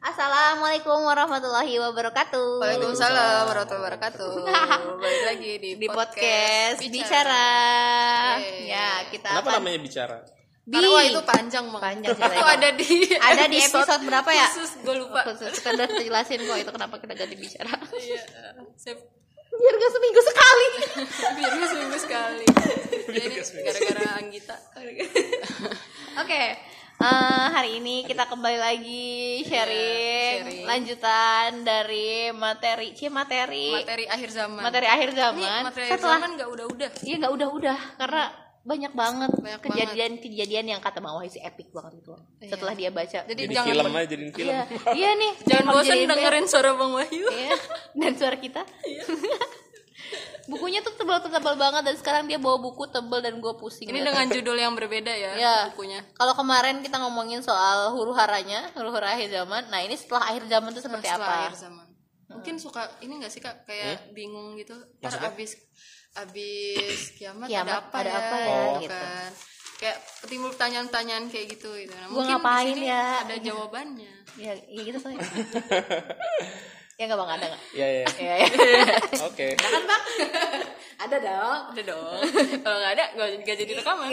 Assalamualaikum warahmatullahi wabarakatuh. Waalaikumsalam warahmatullahi wabarakatuh. Balik lagi di podcast Bicara. Ya, kita Kenapa namanya Bicara? Karena itu panjang banget. Panjang itu ada di episode berapa ya? Khusus gue lupa. Kita udah jelasin kok itu kenapa kita ganti Bicara. Iya. Biar gak seminggu sekali. Biar gak seminggu sekali. Ini gara-gara Anggita. Oke. Hari ini kita kembali lagi sharing lanjutan dari materi akhir zaman. Materi akhir zaman. Ini materi akhir zaman nggak udah-udah. Iya nggak udah karena banyak banget kejadian-kejadian yang kata Bang Wahyu sih epic banget itu. Iya. Setelah dia baca. Jadi jangan film aja jadiin film. Iya nih. Jangan bosan dengerin suara Bang Wahyu. Iya. Dan suara kita. Iya. Bukunya tuh tebal banget dan sekarang dia bawa buku tebal dan gue pusing. Ini dengan judul yang berbeda ya bukunya. Kalau kemarin kita ngomongin soal huru hara akhir zaman. Nah ini setelah akhir zaman tuh seperti apa? Akhir zaman. Mungkin suka ini nggak sih Kak kayak bingung gitu. Ntar abis kiamat ada apa ya gitu. Kan. Kayak timbul pertanyaan-pertanyaan kayak gitu. Nah, gue mungkin ngapain di sini ya? Ada jawabannya. Ya gitu soalnya. Ya nggak Bang, ada nggak? Iya. Oke. Nah, kan Bang? Ada dong. Kalau nggak ada nggak jadi rekaman.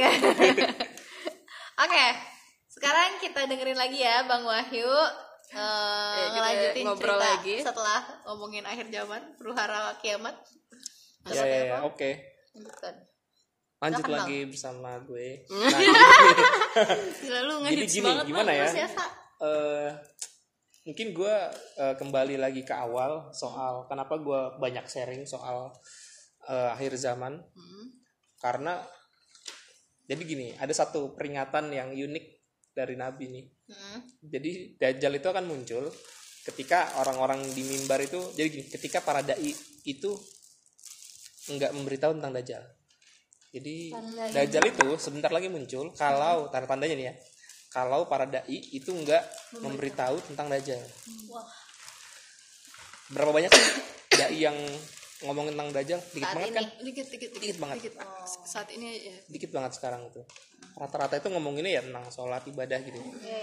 Oke. Sekarang kita dengerin lagi ya Bang Wahyu ngelanjutin ngobrol cerita lagi setelah ngomongin akhir zaman, huru hara kiamat. Ya, oke. Lanjut Silakan, lagi bersama gue. Gila lu Jadi ngehits gini, banget gimana ya? Biasa. Mungkin gue kembali lagi ke awal soal kenapa gue banyak sharing soal akhir zaman. Karena jadi gini, ada satu peringatan yang unik dari Nabi nih. Jadi Dajjal itu akan muncul ketika orang-orang di mimbar itu, jadi gini, ketika para dai itu enggak memberitahu tentang Dajjal. Jadi Dajjal itu sebentar lagi muncul kalau tanda-tandanya nih ya. Kalau para dai itu enggak memberitahu tentang Dajjal. Wah. Berapa banyak sih dai yang ngomongin tentang Dajjal? Dikit banget kan? Dikit banget. Saat ini ya. Dikit banget sekarang itu. Rata-rata itu ngomonginnya ya tentang sholat ibadah gitu.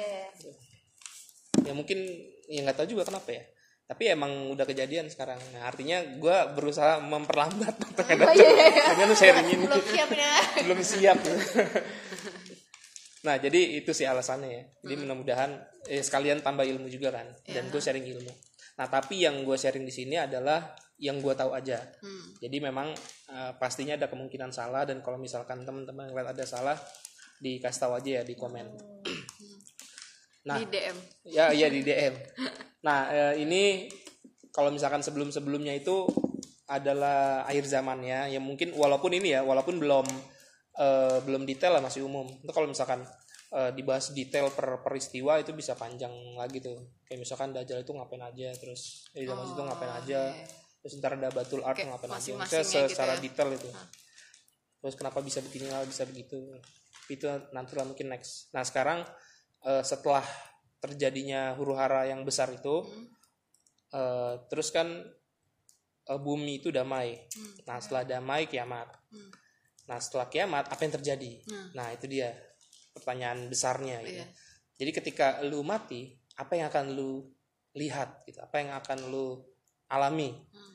Ya mungkin ya nggak tahu juga kenapa ya. Tapi emang udah kejadian sekarang. Nah, artinya gue berusaha memperlambat dengan sharing ini. Belum siap. Nah, jadi itu sih alasannya ya. Jadi mudah-mudahan sekalian tambah ilmu juga kan. Dan gue sharing ilmu. Nah, tapi yang gue sharing di sini adalah yang gue tahu aja. Jadi memang pastinya ada kemungkinan salah, dan kalau misalkan teman-teman ngeliat ada salah, dikasih tahu aja ya di komen. Nah, di DM. Ya di DM. Nah, ini kalau misalkan sebelumnya itu adalah akhir zamannya, ya mungkin walaupun belum detail lah, masih umum. Itu kalau misalkan dibahas detail per peristiwa itu bisa panjang lagi tuh. Kayak misalkan Dajjal itu ngapain aja, terus di zaman itu ngapain aja. Terus ntar ada Batul Art ngapain aja. Misalnya secara gitu detail itu. Terus kenapa bisa begini, bisa begitu. Itu nantilah mungkin next. Nah, sekarang setelah terjadinya huru hara yang besar itu, terus kan bumi itu damai. Nah, setelah damai kiamat. Nah, setelah kiamat apa yang terjadi? Nah, itu dia pertanyaan besarnya gitu. Jadi ketika lu mati, apa yang akan lu lihat gitu? Apa yang akan lu alami?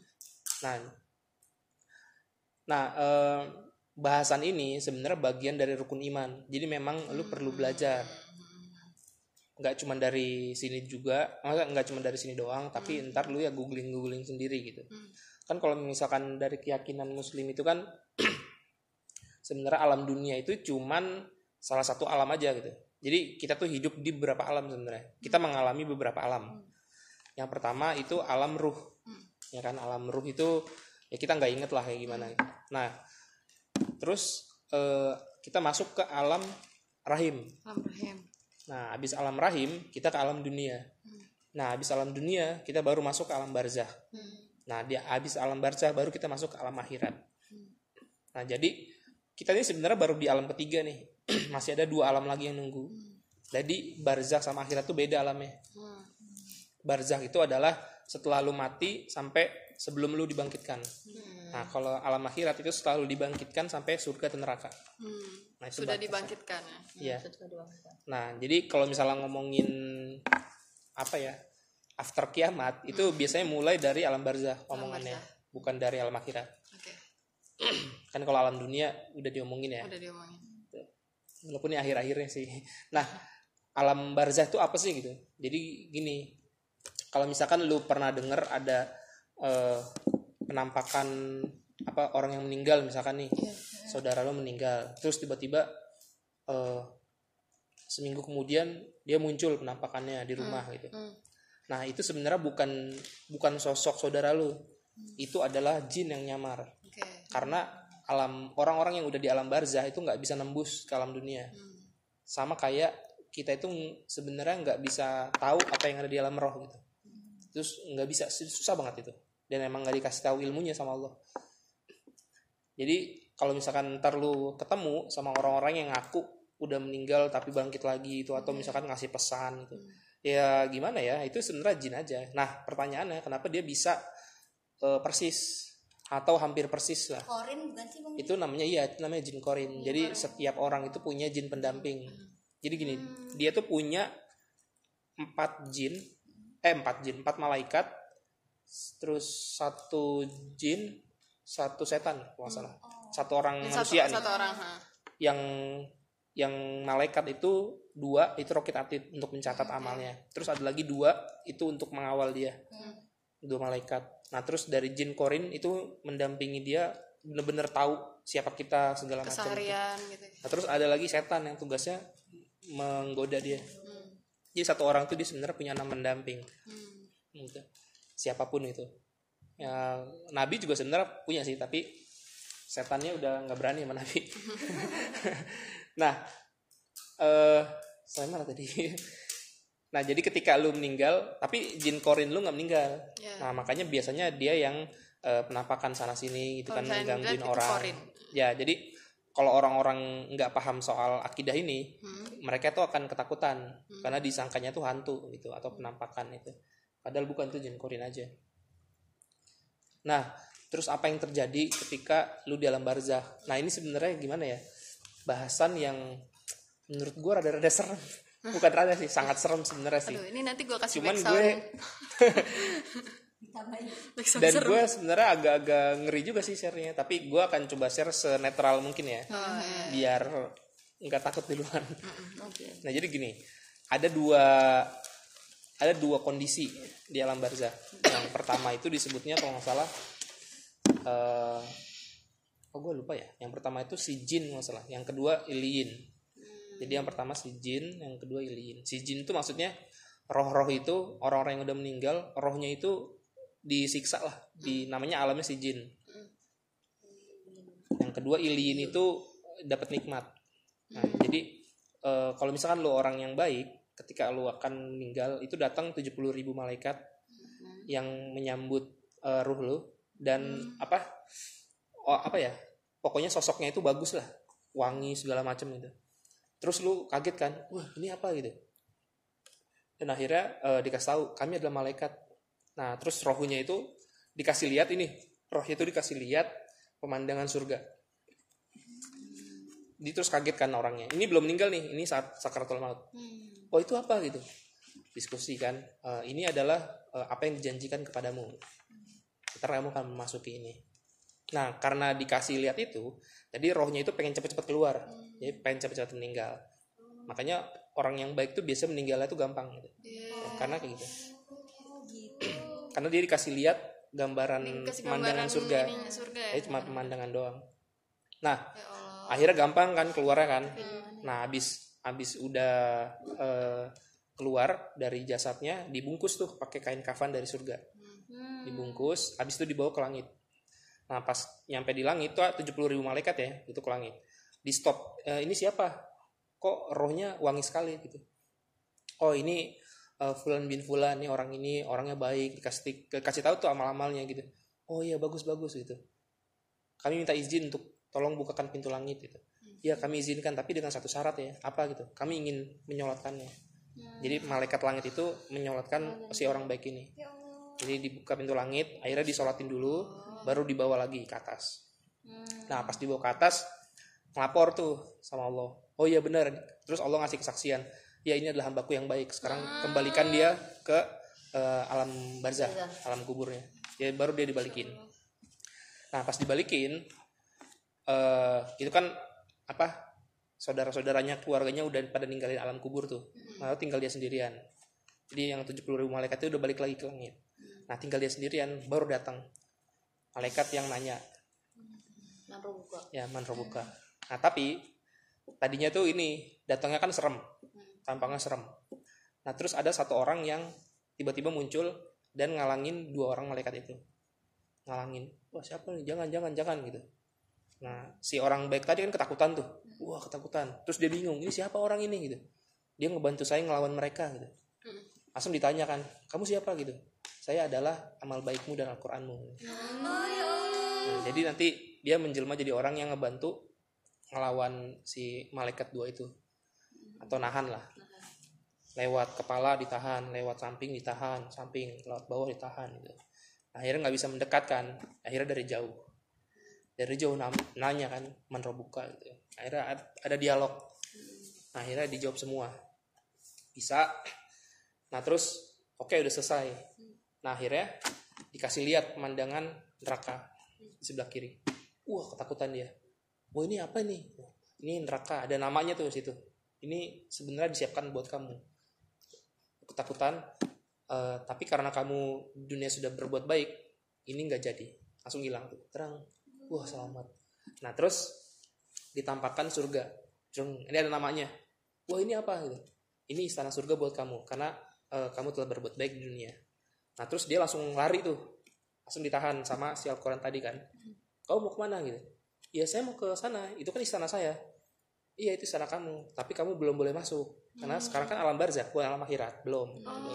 Nah, bahasan ini sebenarnya bagian dari rukun iman. Jadi memang lu perlu belajar. Nggak cuma dari sini juga, nggak cuma dari sini doang, tapi ntar lu ya googling sendiri gitu. Kan kalau misalkan dari keyakinan muslim itu kan sebenarnya alam dunia itu cuman salah satu alam aja gitu. Jadi kita tuh hidup di beberapa alam sebenarnya. Kita mengalami beberapa alam. Yang pertama itu alam ruh. Ya kan, alam ruh itu ya kita nggak inget lah kayak gimana gitu. Nah, terus kita masuk ke alam rahim. Nah, habis alam rahim kita ke alam dunia. Nah, habis alam dunia kita baru masuk ke alam barzah. Nah, habis alam barzah baru kita masuk ke alam akhirat. Nah, jadi kita ini sebenarnya baru di alam ketiga nih. Masih ada 2 alam lagi yang nunggu. Jadi barzah sama akhirat tuh beda alamnya. Barzah itu adalah setelah lu mati sampai sebelum lu dibangkitkan. Nah, kalau alam akhirat itu setelah lu dibangkitkan sampai surga dan neraka. Nah, itu sudah dibangkitkan ya. Nah, jadi kalau misalnya ngomongin apa ya, after kiamat itu biasanya mulai dari alam barzah omongannya, bukan dari alam akhirat. Oke. Kan kalau alam dunia udah diomongin ya. Udah diomongin. Walaupun ini akhir-akhirnya sih. Nah, alam barzah itu apa sih gitu? Jadi gini, kalau misalkan lu pernah dengar ada penampakan apa orang yang meninggal misalkan nih, saudara lu meninggal, terus tiba-tiba seminggu kemudian dia muncul penampakannya di rumah gitu. Nah, itu sebenarnya bukan sosok saudara lu. Itu adalah jin yang nyamar. Karena orang-orang yang udah di alam barzah itu nggak bisa nembus ke alam dunia. Sama kayak kita itu sebenarnya nggak bisa tahu apa yang ada di alam roh gitu. Terus nggak bisa, susah banget itu. Dan emang nggak dikasih tahu ilmunya sama Allah. Jadi kalau misalkan ntar lu ketemu sama orang-orang yang ngaku udah meninggal tapi bangkit lagi itu, atau misalkan ngasih pesan gitu, ya gimana ya, itu sebenarnya jin aja. Nah pertanyaannya, kenapa dia bisa persis atau hampir persis lah? Korin bukan sih Bang? Itu namanya jin korin. Jadi setiap orang itu punya jin pendamping. Jadi gini, dia tuh punya 4 malaikat, terus 1 jin, 1 setan kalau nggak salah. 1 orang manusia nih. 1 orang. Yang malaikat itu 2 itu rokit atid untuk mencatat amalnya. Terus ada lagi 2 itu untuk mengawal dia. 2 malaikat. Nah terus dari jin korin itu mendampingi dia, benar-benar tahu siapa kita segala macam. Keseharian gitu. Nah terus ada lagi setan yang tugasnya menggoda dia. Jadi 1 orang itu dia sebenarnya punya 6 pendamping. Gitu. Siapapun itu. Ya, Nabi juga sebenarnya punya sih, tapi setannya udah nggak berani sama Nabi. Nah, saya mana tadi? Nah, jadi ketika lu meninggal, tapi jin korin lu nggak meninggal. Nah, makanya biasanya dia yang penampakan sana sini gitu kan, menggangguin orang. Ya, jadi kalau orang-orang nggak paham soal akidah ini, mereka tuh akan ketakutan karena disangkanya tuh hantu gitu atau penampakan itu. Padahal bukan, tuh jin korin aja. Nah, terus apa yang terjadi ketika lu di alam barzah? Nah, ini sebenarnya gimana ya? Bahasan yang menurut gue rada-rada serem. Bukan rada sih, sangat serem sebenarnya sih. Aduh, ini nanti gue kasih cuman backsound. Dan gue sebenarnya agak-agak ngeri juga sih share-nya, tapi gue akan coba share senetral mungkin ya. Biar nggak takut duluan. Nah, jadi gini, ada dua kondisi di alam barzah. Yang pertama itu disebutnya kalau nggak salah, gue lupa ya. Yang pertama itu si jin nggak salah. Yang kedua iliyin. Jadi yang pertama si jin, yang kedua iliyin. Si jin itu maksudnya roh-roh itu, orang-orang yang udah meninggal, rohnya itu disiksa lah. Namanya alamnya si jin. Yang kedua iliyin itu dapat nikmat. Nah, jadi kalau misalkan lo orang yang baik, ketika lo akan meninggal itu datang 70.000 malaikat yang menyambut ruh lo, dan apa ya, pokoknya sosoknya itu bagus lah, wangi segala macam gitu. Terus lu kaget kan, wah ini apa gitu. Dan akhirnya dikasih tahu, kami adalah malaikat. Nah terus rohnya itu dikasih lihat, rohnya itu dikasih lihat pemandangan surga. Jadi terus kaget kan orangnya, ini belum meninggal nih, ini saat sakaratul maut. Oh itu apa gitu, diskusi kan, ini adalah apa yang dijanjikan kepadamu, ntar kamu akan memasuki ini. Nah karena dikasih lihat itu, jadi rohnya itu pengen cepet-cepet keluar, jadi pengen cepet-cepet meninggal. Makanya orang yang baik tuh biasa meninggalnya tuh gampang gitu. Karena kayak gitu. Karena dia dikasih lihat gambaran pemandangan surga. Jadi cuma pemandangan doang. Nah akhirnya gampang kan keluarnya kan. Nah abis udah keluar dari jasadnya, dibungkus tuh pakai kain kafan dari surga. Dibungkus, abis itu dibawa ke langit. Nah pas nyampe di langit tuh 70.000 malaikat ya, itu ke langit. Di stop, ini siapa? Kok rohnya wangi sekali gitu. Oh ini Fulan bin Fulan, nih orang ini orangnya baik, dikasih tahu tuh amal-amalnya gitu. Oh iya bagus gitu. Kami minta izin untuk tolong bukakan pintu langit gitu. Ya kami izinkan, tapi dengan satu syarat ya. Apa gitu? Kami ingin menyolatkannya. Jadi malaikat langit itu menyolatkan si orang baik ini. Jadi dibuka pintu langit, akhirnya disolatin dulu, baru dibawa lagi ke atas. Nah pas dibawa ke atas, ngelapor tuh sama Allah. Oh iya benar. Terus Allah ngasih kesaksian, ya ini adalah hambaku yang baik. Sekarang kembalikan dia ke alam barzah, alam kuburnya. Baru dia dibalikin. Nah pas dibalikin itu kan apa, saudara-saudaranya, keluarganya udah pada ninggalin alam kubur tuh, lalu tinggal dia sendirian. Jadi yang 70.000 malaikat itu udah balik lagi ke langit. Nah tinggal dia sendirian, baru datang malaikat yang nanya, man robuka. Nah tapi tadinya tuh ini datangnya kan serem, tampangnya serem. Nah terus ada satu orang yang tiba-tiba muncul dan ngalangin 2 orang malaikat itu, ngalangin, wah siapa nih, jangan gitu. Nah si orang baik tadi kan ketakutan tuh, ketakutan. Terus dia bingung, ini siapa orang ini gitu. Dia ngebantu saya ngelawan mereka gitu. Langsung ditanyakan, kamu siapa gitu. Saya adalah amal baikmu dan Al-Quranmu. Nah, jadi nanti dia menjelma jadi orang yang ngebantu ngelawan si malaikat 2 itu, atau nahan lah. Lewat kepala ditahan, lewat samping ditahan, lewat bawah ditahan gitu. Akhirnya nggak bisa mendekat kan, akhirnya dari jauh nanya kan, man robuka gitu. Akhirnya ada dialog. Nah, akhirnya dijawab semua, bisa. Nah terus oke, udah selesai. Nah akhirnya dikasih lihat pemandangan neraka di sebelah kiri. Ketakutan dia. Ini apa nih? Ini neraka, ada namanya tuh di situ. Ini sebenarnya disiapkan buat kamu. Ketakutan. Tapi karena kamu dunia sudah berbuat baik, ini nggak jadi. Langsung hilang tuh. Terang. Selamat. Nah terus ditampakkan surga. Ini ada namanya. Ini apa gitu? Ini istana surga buat kamu karena kamu telah berbuat baik di dunia. Nah terus dia langsung lari tuh, langsung ditahan sama si Al-Quran tadi kan. Kau mau kemana gitu? Ya saya mau ke sana, itu kan istana saya. Iya itu istana kamu, tapi kamu belum boleh masuk karena sekarang kan alam barzah, bukan alam akhirat, belum.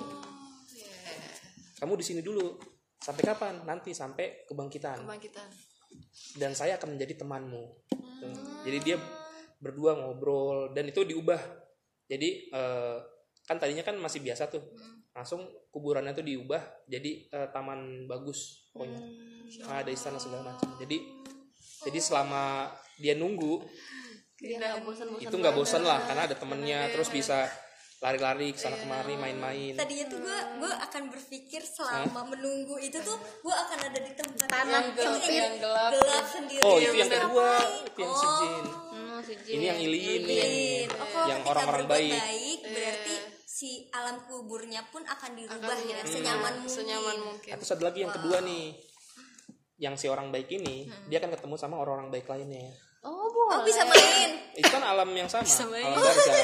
Kamu di sini dulu. Sampai kapan? Nanti sampai kebangkitan. Dan saya akan menjadi temanmu. Jadi dia berdua ngobrol dan itu diubah. Jadi kan tadinya kan masih biasa tuh, langsung kuburannya tuh diubah jadi taman bagus pokoknya. Ada istana segala macam. Jadi selama dia nunggu itu nggak bosan lah karena ada temennya, terus bisa lari-lari kesana kemari, main-main. Tadinya tuh gue akan berpikir selama menunggu itu tuh gue akan ada di tempat yang gelap sendiri. Itu yang kedua, itu yang sijin. Ini yang ilin nih, yang orang-orang baik. Berarti si alam kuburnya pun akan dirubah ya senyaman mungkin. Terus ada lagi yang kedua nih, yang si orang baik ini dia akan ketemu sama orang-orang baik lainnya. Oh bisa main. Itu kan alam yang sama, alam barzah.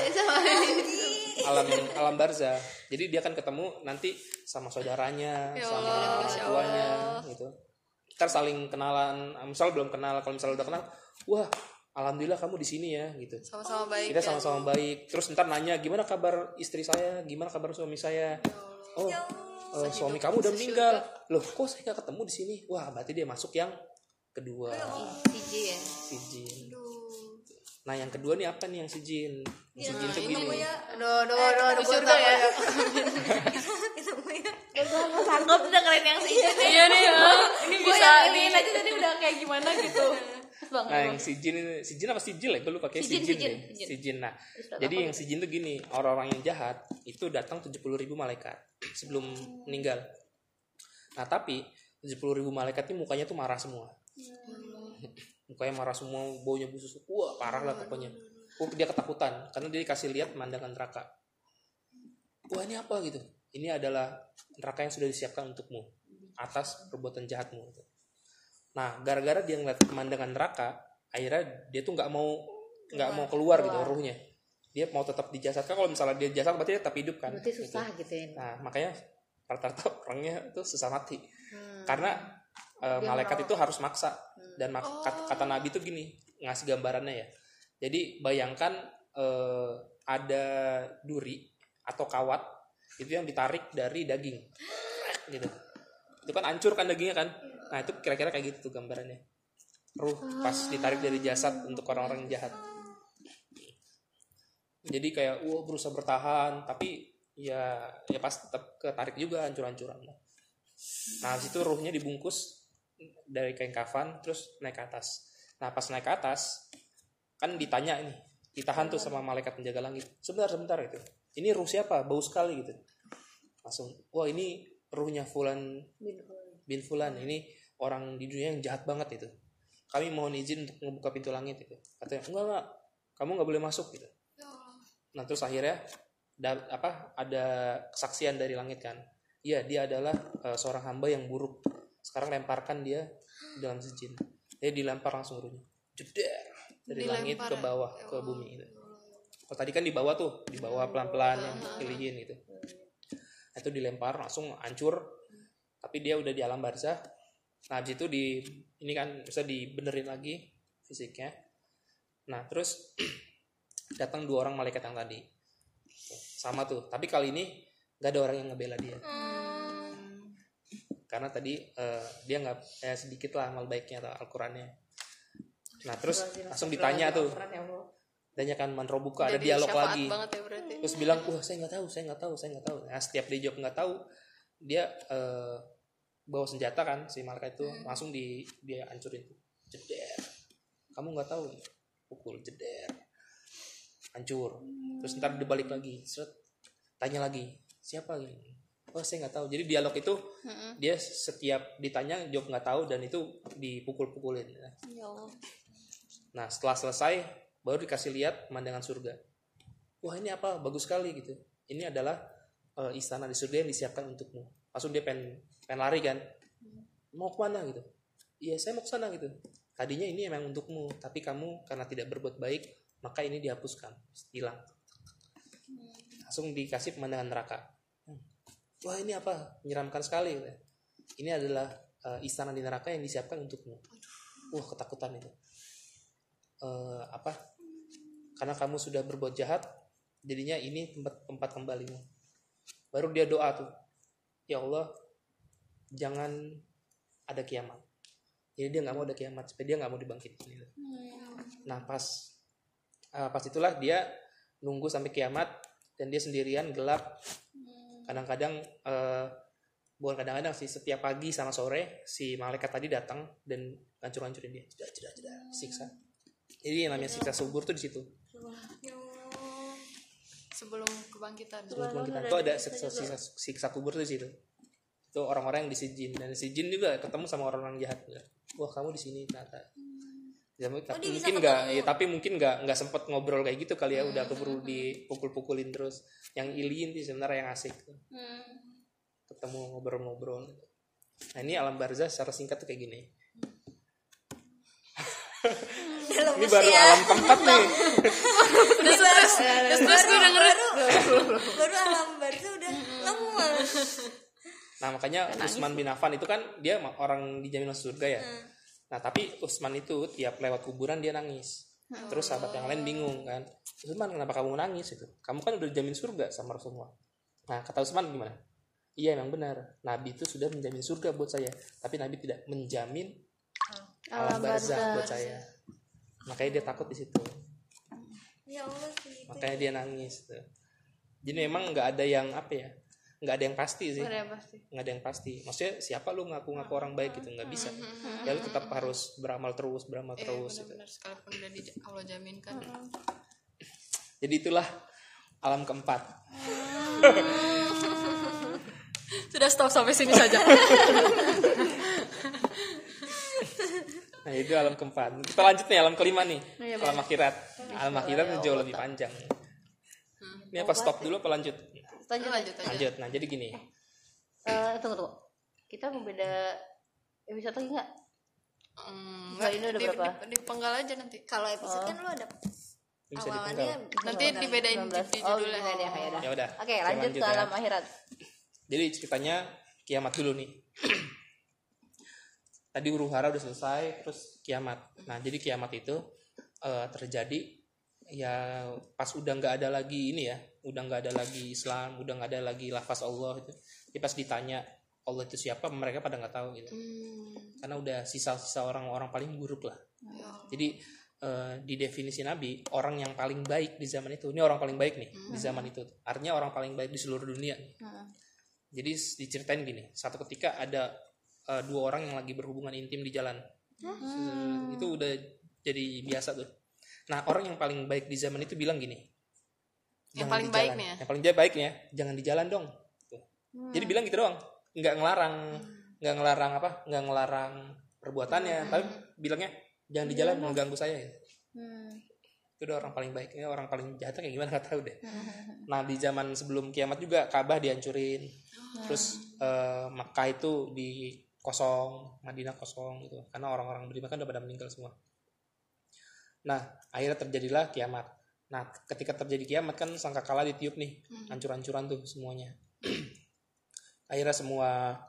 alam barzah. Jadi dia akan ketemu nanti sama saudaranya, sama orang tuanya gitu. Ntar saling kenalan, misal belum kenal, kalau misalnya udah kenal, alhamdulillah kamu di sini ya gitu. Sama-sama baik. Kita sama-sama baik. Terus ntar nanya gimana kabar istri saya, gimana kabar suami saya. Suami kamu udah meninggal. Loh, kok saya gak ketemu di sini? Berarti dia masuk yang kedua. Sijin. Nah, yang kedua nih apa nih yang sijin? Yang sijin tuh gini. Aduh, surga ya. Gue gak sanggup dengerin yang sijin. Iya nih, ini bisa nih aja tadi udah kayak gimana gitu. Nah yang sijin apa sijil ya? Gue lupa kayak sijin. Nah jadi yang sijin tuh gini, orang-orang yang jahat itu datang 70.000 malaikat sebelum meninggal. Nah tapi 70.000 malaikat ini mukanya tuh marah semua. Mukanya marah semua, baunya busuk. Parah lah pokoknya. Dia ketakutan karena dia dikasih lihat pemandangan neraka. Ini apa gitu? Ini adalah neraka yang sudah disiapkan untukmu atas perbuatan jahatmu. Nah, gara-gara dia ngeliat pemandangan neraka, akhirnya dia tuh nggak mau keluar gitu ruhnya. Dia mau tetap dijasadkan. Kalau misalnya dia jasad berarti dia tetap hidup kan. Berarti susah gitu ya. Nah, makanya rata-rata orangnya tuh susah mati. Karena malaikat itu harus maksa. Dan kata Nabi tuh gini, ngasih gambarannya ya. Jadi bayangkan ada duri atau kawat itu yang ditarik dari daging. Gitu. Itu kan hancur kan dagingnya kan. Nah itu kira-kira kayak gitu tuh gambarannya. Ruh pas ditarik dari jasad untuk orang-orang yang jahat. Jadi kayak berusaha bertahan, tapi ya pas tetap ketarik juga hancur-hancuran. Nah situ ruhnya dibungkus dari kain kafan terus naik ke atas. Nah pas naik ke atas kan ditanya ini, ditahan tuh sama malaikat penjaga langit. Sebentar itu. Ini ruh siapa? Bau sekali gitu. langsung, wah ini ruhnya Fulan bin Fulan, ini orang di dunia yang jahat banget itu, kami mohon izin untuk membuka pintu langit itu. Katanya enggak, kamu nggak boleh masuk gitu. Nah terus akhirnya ada kesaksian dari langit kan, iya dia adalah seorang hamba yang buruk, sekarang lemparkan dia dalam sijin. Dia dilempar langsung ruhnya jeder dari langit ke bawah ke bumi gitu. Oh, tadi kan di bawah pelan-pelan yang kelihin gitu. Itu dilempar langsung hancur, tapi dia udah di alam barzah. Nah habis itu ini kan bisa dibenerin lagi fisiknya. Nah terus datang 2 orang malaikat yang tadi sama tuh, tapi kali ini nggak ada orang yang ngebela dia karena tadi dia nggak sedikit lah amal baiknya atau Al-Qurannya. Nah terus langsung ditanya tuh, tanyakan man robuka, ada dialog lagi ya, terus bilang saya nggak tahu. Nah setiap dia jawab nggak tahu, dia bawa senjata kan si malaikat itu, langsung dia hancurin tuh, jeder, kamu nggak tahu, pukul jeder, hancur. Terus ntar dibalik lagi, tanya lagi siapa ini, saya nggak tahu. Jadi dialog itu dia setiap ditanya jawab nggak tahu, dan itu dipukul-pukulin. Nah setelah selesai baru dikasih lihat pemandangan surga. Wah ini apa, bagus sekali gitu, ini adalah istana di surga yang disiapkan untukmu. Langsung dia pengen lari kan, mau kemana gitu. Iya saya mau ke sana gitu, tadinya ini emang untukmu, tapi kamu karena tidak berbuat baik maka ini dihapuskan, hilang. Langsung dikasih pemandangan neraka. Wah ini apa, menyeramkan sekali gitu. Ini adalah istana di neraka yang disiapkan untukmu. Wah ketakutan itu. Karena kamu sudah berbuat jahat, jadinya ini tempat kembalimu. Baru dia doa tuh, ya Allah jangan ada kiamat. Jadi dia nggak mau ada kiamat, supaya dia nggak mau dibangkitkan. Nah pas itulah dia nunggu sampai kiamat, dan dia sendirian gelap. Kadang-kadang bukan kadang-kadang sih, setiap pagi sama sore si malaikat tadi datang dan hancur-hancurin dia, jeda, siksa. Jadi yang namanya siksa kubur tuh di situ. Sebelum kebangkitan Itu ada siksa kubur tuh di situ. Itu orang-orang yang di sijin, dan si jin juga ketemu sama orang-orang jahat. Wah kamu di sini ternyata. Ya, tapi mungkin nggak sempet ngobrol kayak gitu kali ya, udah keburu dipukul-pukulin terus. Yang iliin sih sebenarnya yang asik tuh. Ketemu ngobrol-ngobrol. Nah ini alam barzah secara singkat tuh kayak gini. Ini baru alam keempat nih. Udah stres gue dengerin. Baru alam barzah udah lemes. Nah makanya Utsman bin Affan itu kan dia orang dijamin masuk surga ya. Nah tapi Utsman itu tiap lewat kuburan dia nangis. Terus sahabat yang lain bingung kan, Utsman kenapa kamu nangis itu? Kamu kan udah dijamin surga sama Rasulullah. Nah kata Utsman gimana? Iya memang benar, Nabi itu sudah menjamin surga buat saya, tapi Nabi tidak menjamin alam barzah buat saya. Makanya dia takut di situ. Ya Allah, makanya dia nangis tuh. Jadi memang nggak ada yang nggak ada yang pasti sih. Nggak ada yang pasti. Maksudnya siapa lu ngaku-ngaku orang baik gitu, nggak bisa. Ya lu tetap harus beramal terus benar, gitu. Sekalipun udah Allah jaminkan. Jadi itulah alam keempat. Sudah stop sampai sini saja. Nah itu alam keempat. Kita lanjut nih alam kelima nih. Alam akhirat. Alam akhirat jauh lebih panjang. Ini apa stop dulu apa lanjut? Lanjut. Nah jadi gini. Tunggu. Kita mau beda episode lagi nggak? Kali ini udah berapa? Di penggal aja nanti. Kalau episode kan lu ada awalannya. Nanti dibedain di judulnya. Ya udah. Oke, lanjut ke alam akhirat. Jadi ceritanya kiamat dulu nih. Tadi huru-hara udah selesai, terus kiamat. Nah jadi kiamat itu terjadi ya pas udah nggak ada lagi ini ya, udah nggak ada lagi Islam, udah nggak ada lagi lafaz Allah itu. Jadi pas ditanya Allah itu siapa, mereka pada nggak tahu gitu. Karena udah sisa-sisa orang-orang paling buruk lah. Jadi di definisi Nabi, orang yang paling baik di zaman itu, ini orang paling baik nih di zaman itu. Artinya orang paling baik di seluruh dunia. Jadi diceritain gini, satu ketika ada dua orang yang lagi berhubungan intim di jalan. Itu udah jadi biasa tuh. Nah orang yang paling baik di zaman itu bilang gini, yang paling baiknya jangan di jalan dong. Jadi bilang gitu doang, nggak ngelarang perbuatannya, tapi bilangnya jangan di jalan mengganggu saya ya. Itu udah orang paling baik. Ya, orang paling jahat kayak gimana nggak tahu deh. Nah di zaman sebelum kiamat juga Ka'bah dihancurin, terus Makkah itu kosong, Madinah kosong gitu, karena orang-orang beriman kan udah pada meninggal semua. Nah akhirnya terjadilah kiamat. Nah ketika terjadi kiamat kan sangkakala ditiup nih, hancur-hancuran tuh semuanya. Akhirnya semua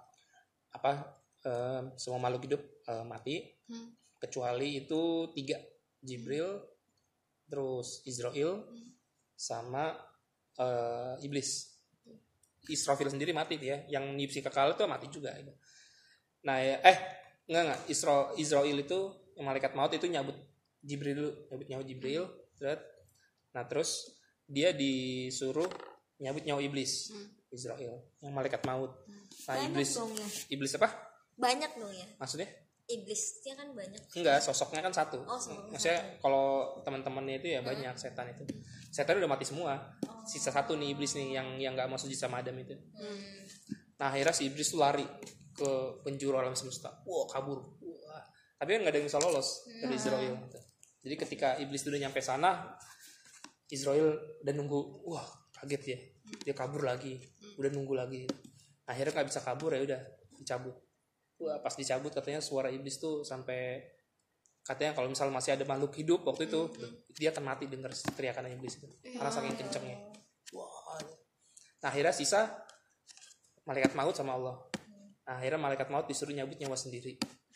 makhluk hidup mati, kecuali itu 3, Jibril, terus Israel, sama iblis. Israfil sendiri mati dia, yang niup sangkakala itu mati juga. Nah enggak Israel itu yang malaikat maut itu nyabut Jibril dulu, nah terus dia disuruh nyabut nyawa iblis. Israel yang malaikat maut. Nah banyak iblis apa? Banyak dong ya. Maksudnya? Iblisnya kan banyak. Enggak, sosoknya kan satu. Maksudnya satu. Kalau teman-temannya itu ya banyak setan itu. Setan udah mati semua. Sisa satu nih iblis nih yang nggak mau sujud sama Adam itu. Nah akhirnya si iblis tuh lari ke penjuru alam semesta. Wah kabur. Wah. Tapi kan nggak ada yang bisa lolos dari Israel. Jadi ketika iblis udah nyampe sana, Israel udah nunggu. Wah kaget ya. Dia kabur lagi. Udah nunggu lagi. Akhirnya nggak bisa kabur ya udah dicabut. Wah pas dicabut katanya suara iblis tuh sampai katanya kalau misal masih ada makhluk hidup waktu itu dia akan mati dengar teriakan iblis itu karena saking kencengnya. Wah. Nah akhirnya sisa malaikat maut sama Allah. Nah, akhirnya malaikat maut disuruh nyabut nyawa sendiri.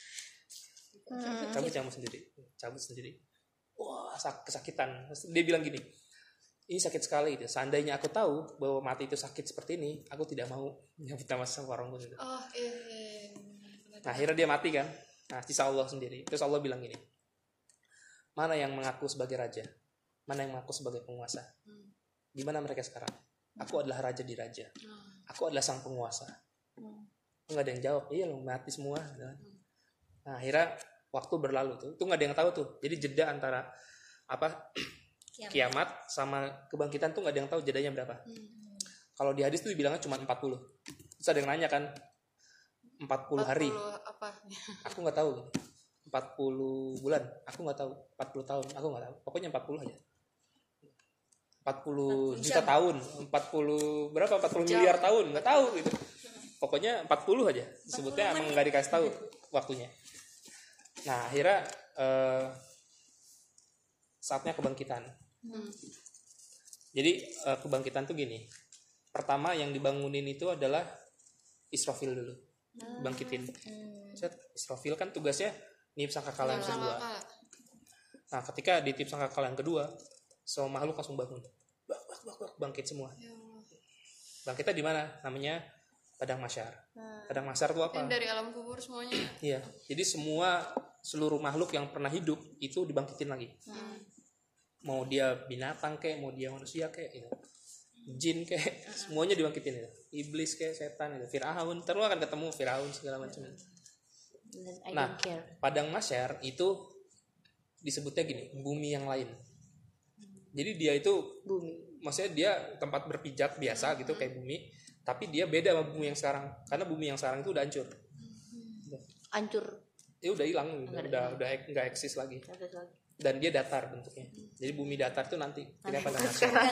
Cabut sendiri. Wah kesakitan. Dia bilang gini, ini sakit sekali itu. Seandainya aku tahu bahwa mati itu sakit seperti ini, aku tidak mau nyabut nyawa seorang pun itu. Nah, akhirnya dia mati kan. Nah, sisa Allah sendiri. Terus Allah bilang gini, mana yang mengaku sebagai raja? Mana yang mengaku sebagai penguasa? Di mana mereka sekarang? Aku adalah raja di raja. Aku adalah sang penguasa. Nggak ada yang jawab. Iya lo mati semua. Nah, akhirnya waktu berlalu tuh. Itu nggak ada yang tahu tuh. Jadi jeda antara kiamat sama kebangkitan tuh nggak ada yang tahu jedanya berapa. Kalau di hadis tuh dibilangnya cuma 40. Terus ada yang nanya kan 40 hari. Apa? Aku nggak tahu. 40 bulan. Aku nggak tahu. 40 tahun. Aku nggak tahu. Pokoknya 40 aja. 40 juta tahun. 40 berapa? 40 miliar tahun. Nggak tahu gitu. Pokoknya 40 aja. Disebutnya emang nggak dikasih tahu waktunya. Nah akhirnya saatnya kebangkitan. Jadi kebangkitan tuh gini. Pertama yang dibangunin itu adalah Israfil dulu. Bangkitin. Israfil kan tugasnya niup sangkakala yang kedua. Nah ketika ditiup sangkakala yang kedua, semua makhluk langsung bangun. Bangkit semua. Bangkitnya di mana? Namanya Padang Mahsyar. Padang Mahsyar itu apa? Yang dari alam kubur semuanya. Iya. Jadi seluruh makhluk yang pernah hidup itu dibangkitin lagi. Mau dia binatang kayak, mau dia manusia kayak, gitu. Jin kayak, semuanya dibangkitin itu. Iblis kayak, setan itu, Firaun. Terus akan ketemu Firaun segala macam. Nah, Padang Mahsyar itu disebutnya gini, bumi yang lain. Jadi dia itu bumi. Maksudnya dia tempat berpijak biasa gitu kayak bumi, tapi dia beda sama bumi yang sekarang. Karena bumi yang sekarang itu udah hancur. Hancur. Ya udah hilang, udah nggak eksis lagi. Dan dia datar bentuknya. Jadi bumi datar tuh nanti tidak pada sekarang.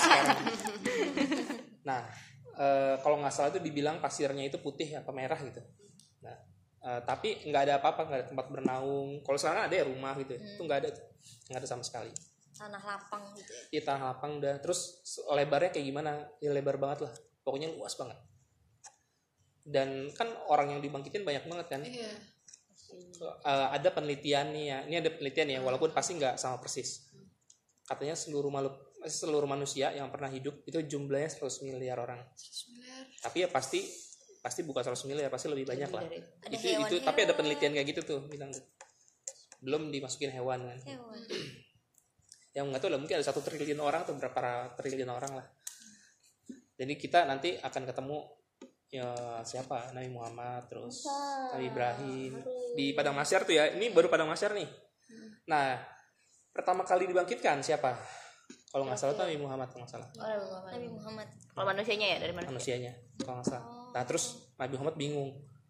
Nah, kalau nggak salah itu dibilang pasirnya itu putih apa merah gitu. Nah, tapi nggak ada apa-apa, nggak ada tempat bernaung. Kalau sekarang ada ya rumah gitu, itu nggak ada sama sekali. Tanah lapang gitu ya. Iya tanah lapang udah. Terus lebarnya kayak gimana? Ya lebar banget lah. Pokoknya luas banget. Dan kan orang yang dibangkitin banyak banget kan. Iya. Ada penelitian nih ya. Ini ada penelitian ya, walaupun pasti nggak sama persis. Katanya seluruh manusia yang pernah hidup itu jumlahnya 100 miliar orang. 100 miliar. Tapi ya pasti bukan 100 miliar, pasti lebih banyak lah. Itu tapi ada penelitian kayak gitu tuh bilang. Belum dimasukin hewan kan. Yang nggak tahu lah, mungkin ada 1 triliun orang atau berapa triliun orang lah. Jadi kita nanti akan ketemu ya siapa, Nabi Muhammad, terus Nabi Ibrahim di Padang Mahsyar tuh ya. Ini baru Padang Mahsyar nih. Nah pertama kali dibangkitkan siapa? Kalau nggak salah tuh Nabi Muhammad kalau nggak salah. Nabi Muhammad. Kalau manusianya ya, dari manusianya kalau nggak salah. Nah terus Nabi Muhammad bingung,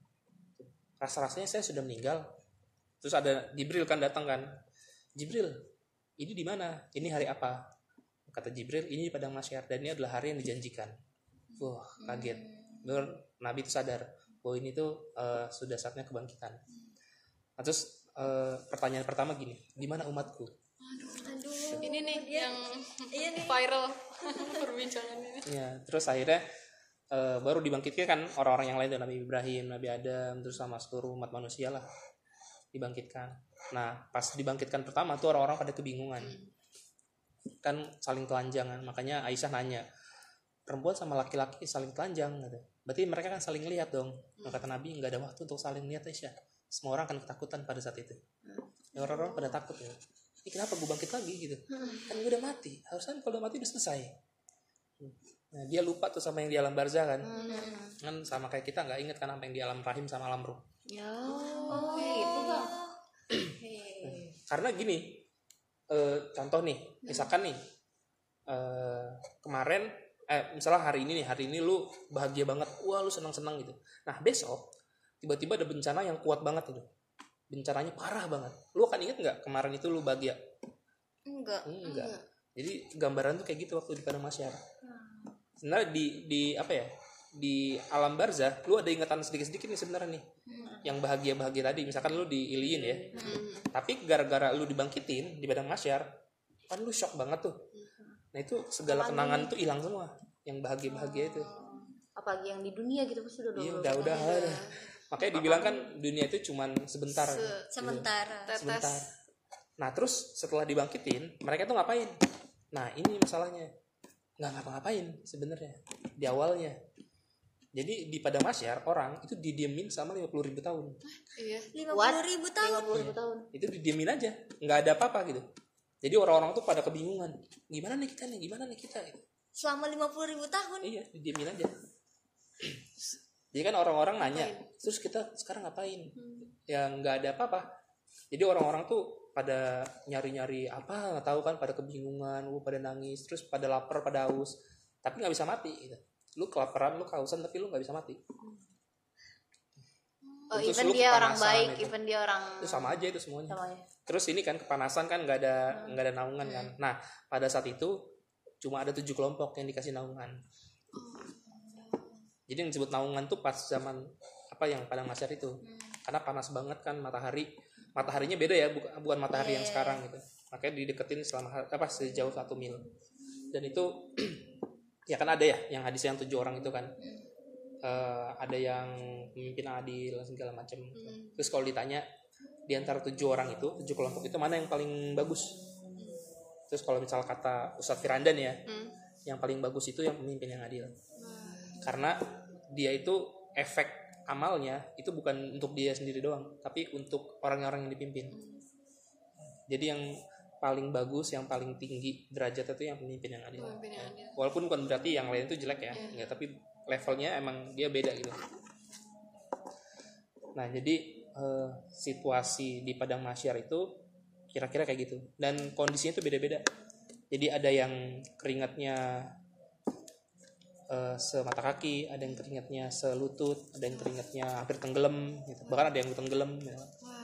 rasanya saya sudah meninggal. Terus ada Jibril kan datang kan, Jibril ini di mana, ini hari apa? Kata Jibril, ini di padang mahsyar dan ini adalah hari yang dijanjikan. Wah kaget. Lalu Nabi itu sadar bahwa ini tuh sudah saatnya kebangkitan. Nah, terus pertanyaan pertama gini, di mana umatku? Aduh, ini nih yang viral perbincangan ini. Ya, terus akhirnya baru dibangkitkan kan orang-orang yang lain, dari Nabi Ibrahim, Nabi Adam, terus sama seluruh umat manusia lah dibangkitkan. Nah, pas dibangkitkan pertama tuh orang-orang pada kebingungan, kan saling telanjangan. Makanya Aisyah nanya, perempuan sama laki-laki saling telanjang gitu. Berarti mereka kan saling lihat dong. Kata Nabi, nggak ada waktu untuk saling lihat Aisyah. Semua orang akan ketakutan pada saat itu. Ya, orang-orang pada takut ya. Ini kenapa gue bangkit lagi gitu? Kan gue udah mati. Harusnya kalau udah mati udah selesai. Nah, dia lupa tuh sama yang di alam barzah kan. Kan sama kayak kita nggak inget kan apa yang di alam rahim sama alam ruh. Ya, gitu Bang. Karena gini, contoh nih, misalkan nih kemarin, misalnya hari ini lu bahagia banget, wah lu senang-senang gitu. Nah besok tiba-tiba ada bencana yang kuat banget gitu, bencananya parah banget. Lu akan inget nggak kemarin itu lu bahagia? Enggak. Jadi gambaran tuh kayak gitu waktu di padang mahsyar. Sebenarnya di apa ya, di alam barzah lu ada ingatan sedikit-sedikit nih sebenarnya nih, yang bahagia-bahagia tadi. Misalkan lu diiliin ya, tapi gara-gara lu dibangkitin di padang mahsyar kan lu shock banget tuh. Nah itu segala kenangan tuh hilang semua, yang bahagia-bahagia itu. Apalagi yang di dunia gitu pasti udah. Iya udah. Makanya dibilang kan dunia itu cuman sebentar. Sementara. Nah terus setelah dibangkitin mereka tuh ngapain? Nah ini masalahnya, nggak ngapa-ngapain sebenarnya di awalnya. Jadi di padang mahsyar orang itu didiemin sama 50.000 tahun. Iya. 50.000 tahun. 50.000 tahun. Itu didiemin aja, nggak ada apa-apa gitu. Jadi orang-orang tuh pada kebingungan, gimana nih kita gitu. Selama 50.000 tahun. Iya, didiemin aja. Jadi kan orang-orang nanya, terus kita sekarang ngapain? Ya nggak ada apa-apa. Jadi orang-orang tuh pada nyari-nyari apa, nggak tahu kan, pada kebingungan, pada nangis, terus pada lapar, pada haus, tapi nggak bisa mati. Gitu. Lu kelaparan, lu kehausan, tapi lu nggak bisa mati. Oh, Terus even dia orang baik, even dia orang. Itu sama aja itu semuanya. Sama aja. Terus ini kan kepanasan kan nggak ada naungan kan. Nah pada saat itu cuma ada 7 kelompok yang dikasih naungan. Jadi yang disebut naungan tuh pas zaman apa yang padang mahsyar itu, karena panas banget kan, mataharinya beda ya, bukan matahari yang sekarang gitu. Makanya dideketin sejauh 1 mil. Dan itu ya kan ada ya yang hadis yang 7 orang itu kan, ada yang pemimpin adil segala macam. Terus kalau ditanya di antara 7 orang itu, 7 kelompok itu mana yang paling bagus? Terus kalau misal kata Ustadz Firandan ya, yang paling bagus itu yang pemimpin yang adil. Karena dia itu efek amalnya itu bukan untuk dia sendiri doang, tapi untuk orang-orang yang dipimpin. Jadi yang paling bagus, yang paling tinggi derajat itu yang pemimpin yang adil. Walaupun bukan berarti yang lain itu jelek ya, enggak, tapi levelnya emang dia beda gitu. Nah jadi situasi di padang mahsyar itu kira-kira kayak gitu, dan kondisinya itu beda-beda. Jadi ada yang keringatnya semata kaki, ada yang keringatnya selutut, ada yang keringatnya hampir tenggelam gitu. Bahkan ada yang tenggelam ya.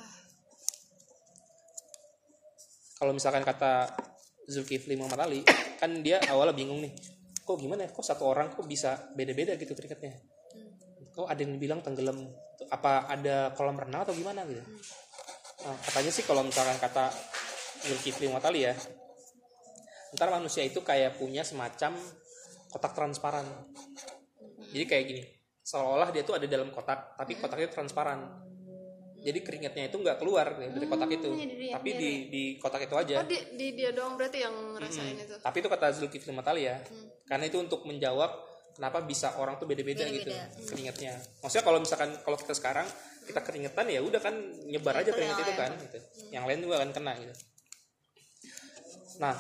Kalau misalkan kata Zulkifli Muhammad Ali, kan dia awalnya bingung nih, kok gimana ya, kok satu orang kok bisa beda-beda gitu keringatnya, kok ada yang bilang tenggelam, apa ada kolam renang atau gimana gitu. Nah, katanya sih kalau misalkan kata Zulkifli Muhammad Ali ya, ntar manusia itu kayak punya semacam kotak transparan. Jadi kayak gini, seolah-olah dia tuh ada dalam kotak, tapi kotaknya transparan. Jadi keringatnya itu nggak keluar dari kotak itu, tapi di kotak itu aja. Oh, di dia doang berarti yang ngerasain itu. Tapi itu kata Zulkifli Matali ya, karena itu untuk menjawab kenapa bisa orang tuh beda-beda gitu keringatnya. Maksudnya kalau misalkan kalau kita sekarang kita keringetan ya udah kan nyebar aja keringat itu kan, gitu. Yang lain juga akan kena gitu. Nah,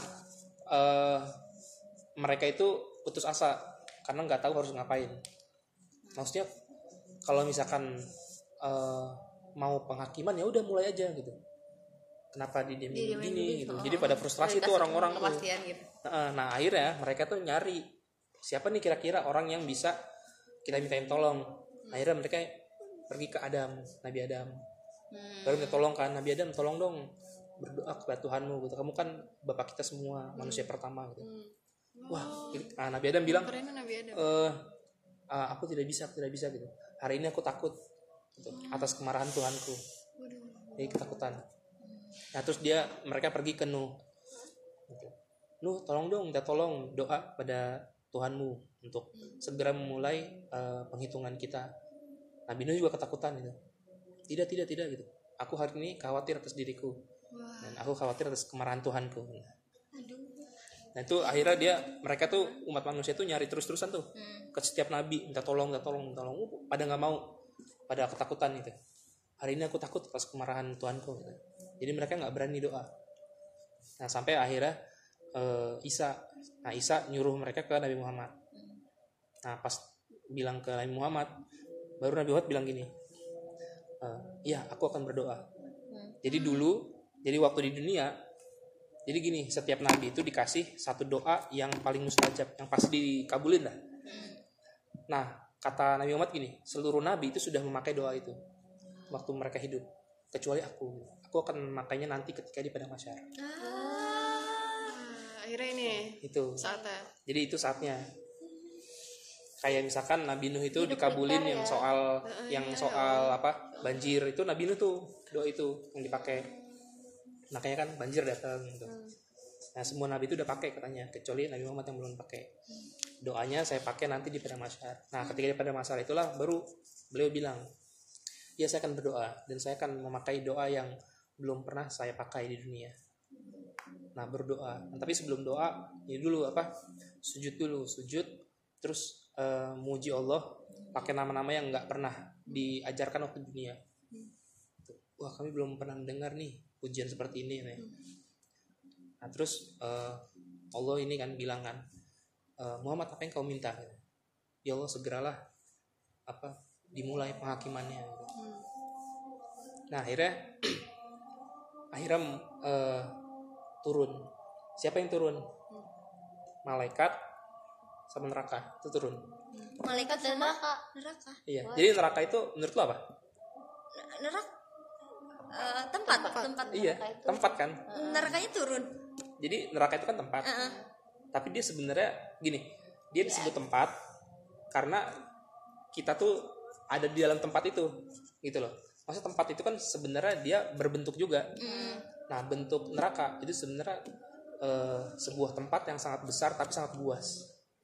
mereka itu putus asa karena nggak tahu harus ngapain. Maksudnya kalau misalkan mau penghakiman ya udah mulai aja gitu. Kenapa didiemin begini gitu. Jadi pada frustrasi tuh orang-orang tuh. Kepastian gitu. Nah akhirnya mereka tuh nyari siapa nih kira-kira orang yang bisa kita mintain tolong. Akhirnya mereka pergi ke Nabi Adam. Baru minta tolong kan, Nabi Adam tolong dong berdoa kepada Tuhanmu gitu. Kamu kan bapak kita semua, manusia pertama gitu. Wah, Nabi Adam bilang, aku tidak bisa gitu. Hari ini aku takut gitu, atas kemarahan Tuhanku. Jadi ketakutan. Nah terus mereka pergi ke Nuh. Gitu. Nuh tolong dong, minta tolong doa pada Tuhanmu untuk segera memulai penghitungan kita. Nabi Nuh juga ketakutan gitu. Tidak gitu. Aku hari ini khawatir atas diriku. Dan aku khawatir atas kemarahan Tuhanku. Nah itu akhirnya mereka tuh umat manusia tuh nyari terus-terusan tuh ke setiap nabi, minta tolong. Pada nggak mau, pada ketakutan gitu. Hari ini aku takut atas kemarahan Tuhanku. Gitu. Jadi mereka nggak berani doa. Nah sampai akhirnya Isa nyuruh mereka ke Nabi Muhammad. Nah pas bilang ke Nabi Muhammad, baru Nabi Muhammad bilang gini, iya aku akan berdoa. Jadi waktu di dunia, jadi gini, setiap nabi itu dikasih satu doa yang paling mustajab, yang pasti dikabulin lah. Nah kata Nabi Muhammad gini, seluruh nabi itu sudah memakai doa itu waktu mereka hidup, kecuali aku akan memakainya nanti ketika di padang mahsyar. Akhirnya ini itu saatnya. Jadi itu saatnya. Kayak misalkan Nabi Nuh itu dikabulin yang soal banjir, itu Nabi Nuh tuh doa itu yang dipakai. Makanya kan banjir datang gitu. Nah semua nabi itu udah pakai katanya, kecuali Nabi Muhammad yang belum pakai. Doanya saya pakai nanti di padang mahsyar. Nah ketika di padang mahsyar itulah baru beliau bilang, ya saya akan berdoa dan saya akan memakai doa yang belum pernah saya pakai di dunia. Nah berdoa. Nah, tapi sebelum doa ini dulu sujud terus muji Allah pakai nama-nama yang nggak pernah diajarkan waktu dunia. Wah kami belum pernah mendengar nih pujian seperti ini nih. Nah terus Allah ini kan bilang kan, Muhammad apa yang kau minta? Ya Allah segeralah dimulai penghakimannya. Nah akhirnya turun. Siapa yang turun? Malaikat sama neraka itu turun. Malaikat dan neraka. Iya. Jadi neraka itu menurut lo apa? Neraka tempat. Iya, tempat kan. Nerakanya turun. Jadi neraka itu kan tempat. Tapi dia sebenarnya gini, dia disebut tempat karena kita tuh ada di dalam tempat itu, gitu loh. Maksudnya tempat itu kan sebenarnya dia berbentuk juga. Nah, bentuk neraka itu sebenarnya sebuah tempat yang sangat besar tapi sangat luas.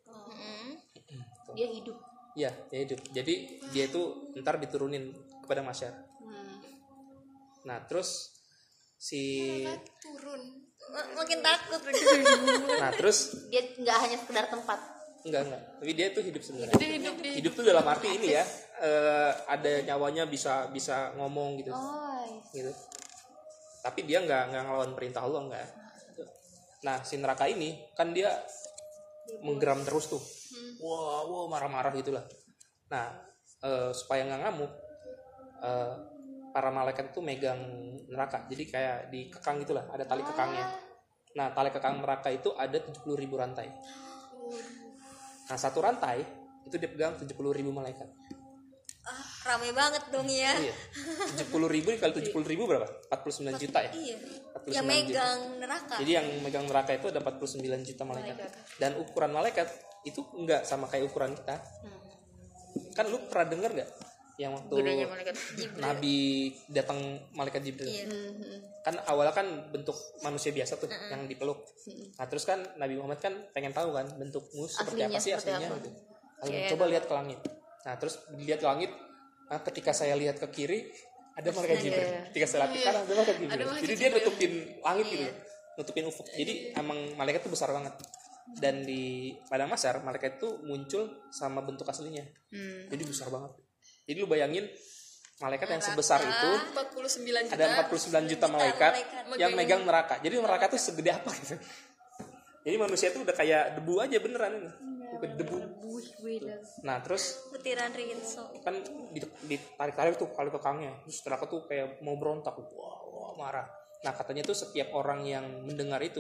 Dia hidup. Iya, dia hidup. Jadi dia itu ntar diturunin kepada masyarakat. Nah, terus turun. Makin takut. Nah, terus dia nggak hanya sekedar tempat. Enggak. Tapi dia tuh hidup sebenarnya. Hidup tuh dalam arti ini ya, ada nyawanya bisa ngomong gitu. Gitu. Tapi dia nggak ngelawan perintah Allah, enggak. Nah, si neraka ini kan dia menggeram terus tuh. Wow, marah-marah gitulah. Nah, supaya nggak ngamuk, para malaikat itu megang neraka. Jadi kayak dikekang gitulah, ada tali kekangnya. Nah, tali kekang neraka itu ada 70.000 rantai. Nah, satu rantai itu dipegang 70.000 malaikat. Rame banget dong ya. Iya. 70.000 dikali 70.000 berapa? 49 juta ya? Iya. 49 yang megang juta. neraka. Jadi yang megang neraka itu ada 49 juta malaikat. Dan ukuran malaikat itu enggak sama kayak ukuran kita. Kan lu pernah denger enggak yang waktu Nabi datang malaikat Jibril? Iya. Kan awalnya kan bentuk manusia biasa tuh yang dipeluk. Nah, terus kan Nabi Muhammad kan pengen tahu kan bentukmu seperti apa sih aslinya gitu. Lalu coba lihat ke langit. Nah, terus dilihat ke langit. Nah, ketika saya lihat ke kiri ada malaikat Jibril. Ketika saya lihat ke kanan ada malaikat Jibril. Jadi dia nutupin langit gitu. Nutupin ufuk. Jadi emang malaikat tuh besar banget. Dan di padang mahsyar malaikat itu muncul sama bentuk aslinya. Jadi besar banget. Jadi lu bayangin malaikat yang sebesar itu 49 juta. Ada 49 juta malaikat yang megang neraka. Jadi neraka tuh segede apa gitu. Jadi manusia tuh udah kayak debu aja beneran ini. Bukan debu. Nah, terus butiran rinso. Kan ditarik-tarik tuh kali kekangnya. Terus neraka tuh kayak mau berontak. Wah, marah. Nah, katanya tuh setiap orang yang mendengar itu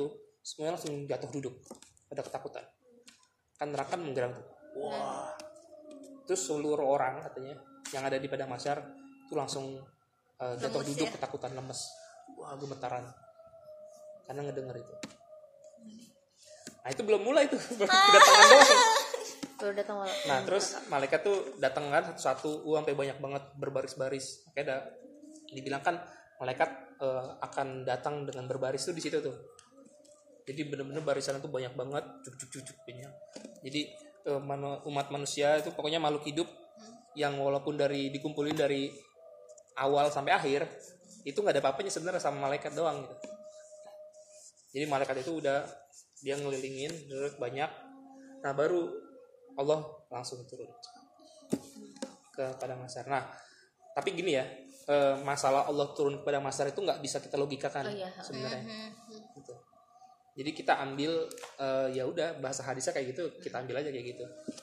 semuanya langsung jatuh duduk pada ketakutan. Kan neraka menggeram tuh. Wah. Terus seluruh orang katanya yang ada di padang mahsyar itu langsung jatuh Lemes duduk ya? ketakutan, lemes. Wah, gemetaran. Karena ngedenger itu. Nah, itu belum mulai tuh. Kedatangan doang. Baru datang malam. Nah, terus malaikat tuh datang kan satu-satu, sampai banyak banget berbaris-baris. Makanya ada dibilang kan malaikat akan datang dengan berbaris tuh di situ tuh. Jadi benar-benar barisan itu banyak banget, cuk banyak. Jadi umat manusia itu pokoknya makhluk hidup yang walaupun dikumpulin dari awal sampai akhir itu nggak ada apa-apanya sebenarnya sama malaikat doang gitu. Jadi malaikat itu udah dia ngelilingin banyak. Nah, baru Allah langsung turun ke padang mahsyar. Nah, tapi gini ya, masalah Allah turun ke padang mahsyar itu nggak bisa kita logikakan sebenarnya. Gitu. Jadi kita ambil ya udah bahasa hadisnya kayak gitu, kita ambil aja kayak gitu.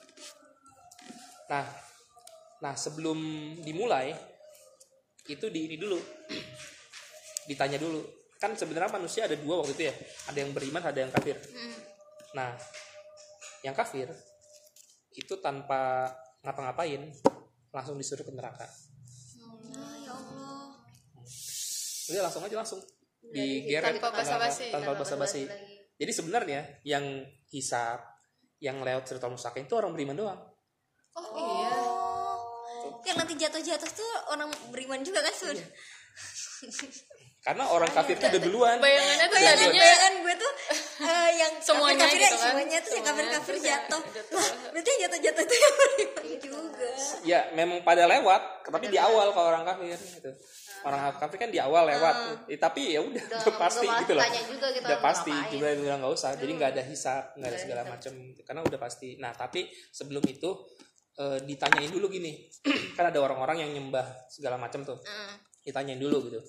Nah sebelum dimulai itu ini dulu, ditanya dulu. Kan sebenarnya manusia ada dua waktu itu ya, ada yang beriman, ada yang kafir. Nah, yang kafir itu tanpa ngapa-ngapain langsung disuruh ke neraka. Ya Allah. Udah langsung digeret tanpa basa-basi. Jadi sebenarnya yang hisab, yang lewat Siratal Mustaqim itu orang beriman doang. Oh iya. Yang nanti jatuh-jatuh tuh orang beriman juga kan Sun? Karena orang kafir itu udah duluan. Bayangannya tuh Bayangan gue tuh yang Semuanya kafir gitu kan? semuanya tuh yang kafir Terus jatuh. jatuh. Lah, berarti yang jatuh itu yang beriman juga. Ya memang pada lewat, tapi di awal kalau orang kafir gitu. Orang kafir kan di awal lewat. Tapi ya udah pasti gitu loh. Udah pasti, juga bilang nggak usah. Jadi nggak ada hisab, nggak ada segala macam. Karena udah pasti. Nah tapi sebelum itu ditanyain dulu gini. Kan ada orang-orang yang nyembah segala macam tuh. Ditanyain dulu gitu.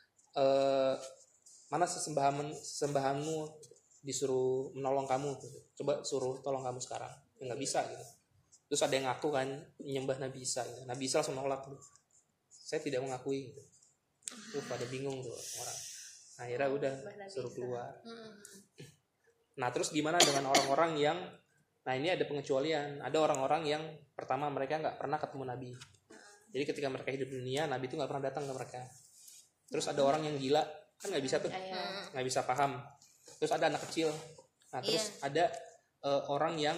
Mana sesembahanmu disuruh menolong kamu gitu. Coba suruh tolong kamu sekarang. Ya nggak bisa gitu. Terus ada yang ngaku kan nyembah Nabi Isa gitu. Nabi Isa langsung nolak gitu. Saya tidak mengakui gitu. Pada bingung tuh orang. Akhirnya udah suruh keluar. Nah terus gimana dengan orang-orang yang, nah ini ada pengecualian. Ada orang-orang yang pertama mereka nggak pernah ketemu Nabi. Jadi ketika mereka hidup di dunia, Nabi itu nggak pernah datang ke mereka. Terus ada orang yang gila, kan nggak bisa tuh, nggak bisa paham. Terus ada anak kecil. Nah terus ada orang yang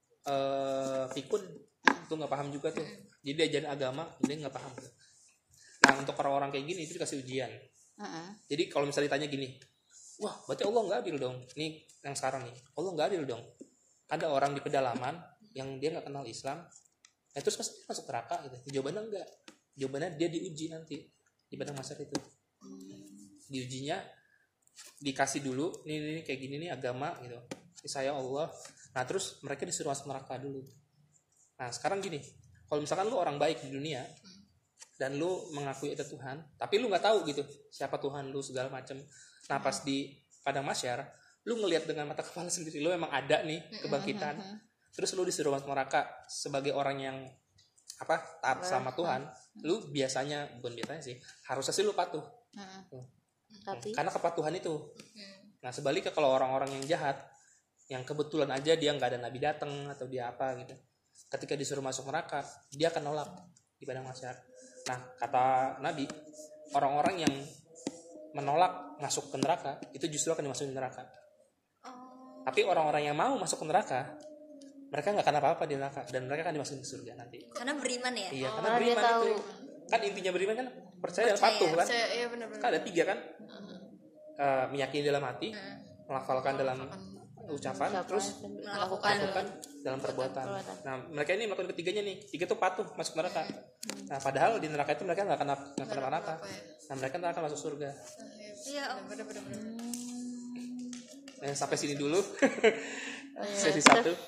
pikun, itu nggak paham juga tuh. Jadi diajarin agama, dia nggak paham. Nah untuk orang-orang kayak gini itu dikasih ujian. Jadi kalau misalnya ditanya gini, wah berarti Allah nggak adil dong. Ini yang sekarang nih, Allah nggak adil dong. Ada orang di pedalaman yang dia nggak kenal Islam, terus pasti masuk neraka gitu. Jawabannya enggak. Jawabannya dia diuji nanti di padang mahsyar itu. Diujinya dikasih dulu, ini kayak gini nih agama gitu. Saya Allah. Nah terus mereka disuruh masuk neraka dulu. Nah sekarang gini, kalau misalkan lu orang baik di dunia dan lu mengakui ada Tuhan, tapi lu nggak tahu gitu siapa Tuhan lu segala macam. Nah pas di padang mahsyar, lu ngelihat dengan mata kepala sendiri, lu emang ada nih kebangkitan. Terus lu disuruh masuk neraka sebagai orang yang taat sama Tuhan. Lu biasanya, bukan biasanya sih, harusnya sih lu patuh. Tapi karena kepatuhan itu. Nah sebaliknya kalau orang-orang yang jahat, yang kebetulan aja dia nggak ada Nabi datang atau dia apa gitu, ketika disuruh masuk neraka dia akan nolak di padang mahsyar. Nah kata Nabi, orang-orang yang menolak masuk ke neraka itu justru akan dimasukin neraka. Tapi orang-orang yang mau masuk ke neraka, mereka nggak akan apa-apa di neraka dan mereka akan dimasukin ke surga nanti. Karena beriman ya. Iya, karena beriman itu. Kan intinya beriman kan percaya dan patuh kan. Iya benar-benar. Kan ada 3 kan. Meyakini dalam hati, melafalkan dalam ucapan, terus melakukan dalam perbuatan. Nah mereka ini melakukan ketiganya nih. 3 tuh patuh masuk neraka. Nah padahal di neraka itu mereka nggak akan neraka. Nah mereka nggak akan masuk surga. Iya. Benar-benar. Nah, sampai sini dulu sesi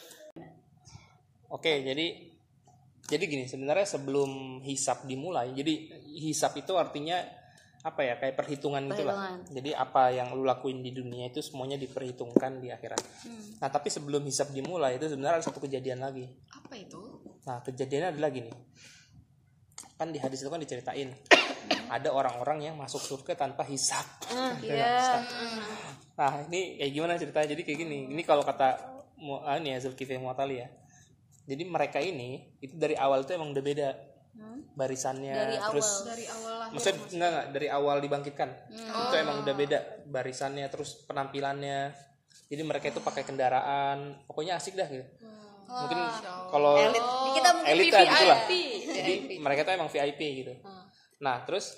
1. Oke, jadi gini, sebenarnya sebelum hisab dimulai, jadi hisab itu artinya apa ya, kayak perhitungan gitulah. Jadi apa yang lu lakuin di dunia itu semuanya diperhitungkan di akhirat. Nah tapi sebelum hisab dimulai itu sebenarnya ada satu kejadian lagi. Apa itu? Nah kejadiannya adalah gini, kan di hadis itu kan diceritain ada orang-orang yang masuk surga tanpa hisab. Iya. Nah ini kayak gimana ceritanya? Jadi kayak gini. Ini kalau kata ini ya Zulkifli Mu'tali ya. Jadi mereka ini itu dari awal itu emang udah beda barisannya. Dari awal lah. Maksudnya enggak dari awal dibangkitkan. Itu emang udah beda barisannya, terus penampilannya. Jadi mereka itu pakai kendaraan, pokoknya asik dah gitu. Mungkin kalau kita mungkin elit lah gitu lah. VIP. Jadi mereka tuh emang VIP gitu. Nah terus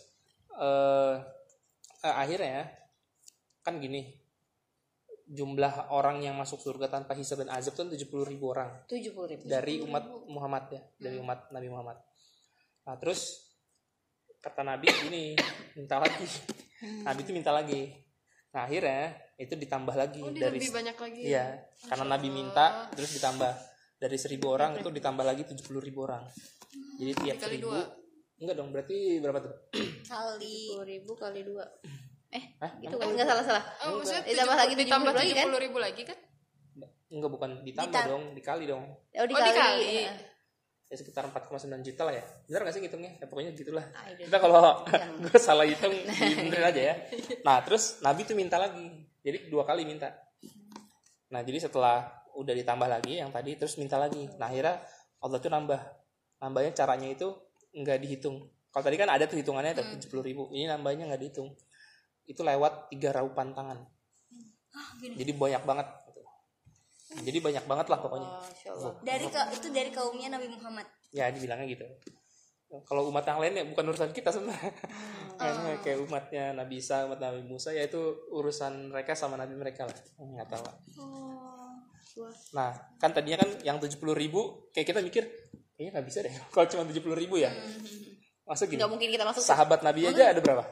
akhirnya kan gini, jumlah orang yang masuk surga tanpa hisab dan azab tuh 70.000 orang 70.000 dari umat Muhammad ya, dari umat Nabi Muhammad. Nah terus kata Nabi gini, minta lagi. Nabi itu minta lagi. Nah akhirnya itu ditambah lagi dari lebih banyak lagi. Iya, karena Nabi minta terus ditambah dari 1.000 orang itu ditambah lagi 70.000 orang. Jadi tiap Dikali 1.000 dua. enggak dong, berarti berapa tuh? kali 10.000 kali 2. Hah? Itu kan enggak salah. Oh, maksudnya Ditambah lagi 70.000 ditambah lagi kan? 70.000 lagi kan? Enggak, bukan ditambah dong, dikali dong. Oh, dikali. Ya sekitar 4,9 juta lah ya. Benar gak sih ngitungnya? Ya, pokoknya gitulah. Aduh. Kita kalau gue salah hitung benerin aja ya. Nah terus Nabi tuh minta lagi. Jadi 2 kali minta. Nah jadi setelah udah ditambah lagi yang tadi terus minta lagi. Nah akhirnya Allah tuh nambahnya caranya itu nggak dihitung. Kalau tadi kan ada tuh hitungannya 70.000. Ini nambahnya nggak dihitung. Itu lewat 3 raupan tangan. Jadi banyak banget. Jadi banyak banget lah pokoknya. itu dari kaumnya Nabi Muhammad. Ya dibilangnya gitu. Kalau umat yang lain ya bukan urusan kita sebenarnya. Kayak umatnya Nabi Isa, umat Nabi Musa ya itu urusan mereka sama Nabi mereka lah. Nggak tahu lah. Nah kan tadinya kan yang 70.000 kayak kita mikir kayaknya nggak bisa deh kalau cuma 70.000 ya. Masa gini? Nggak mungkin kita masuk. Sahabat Nabi aja ada berapa?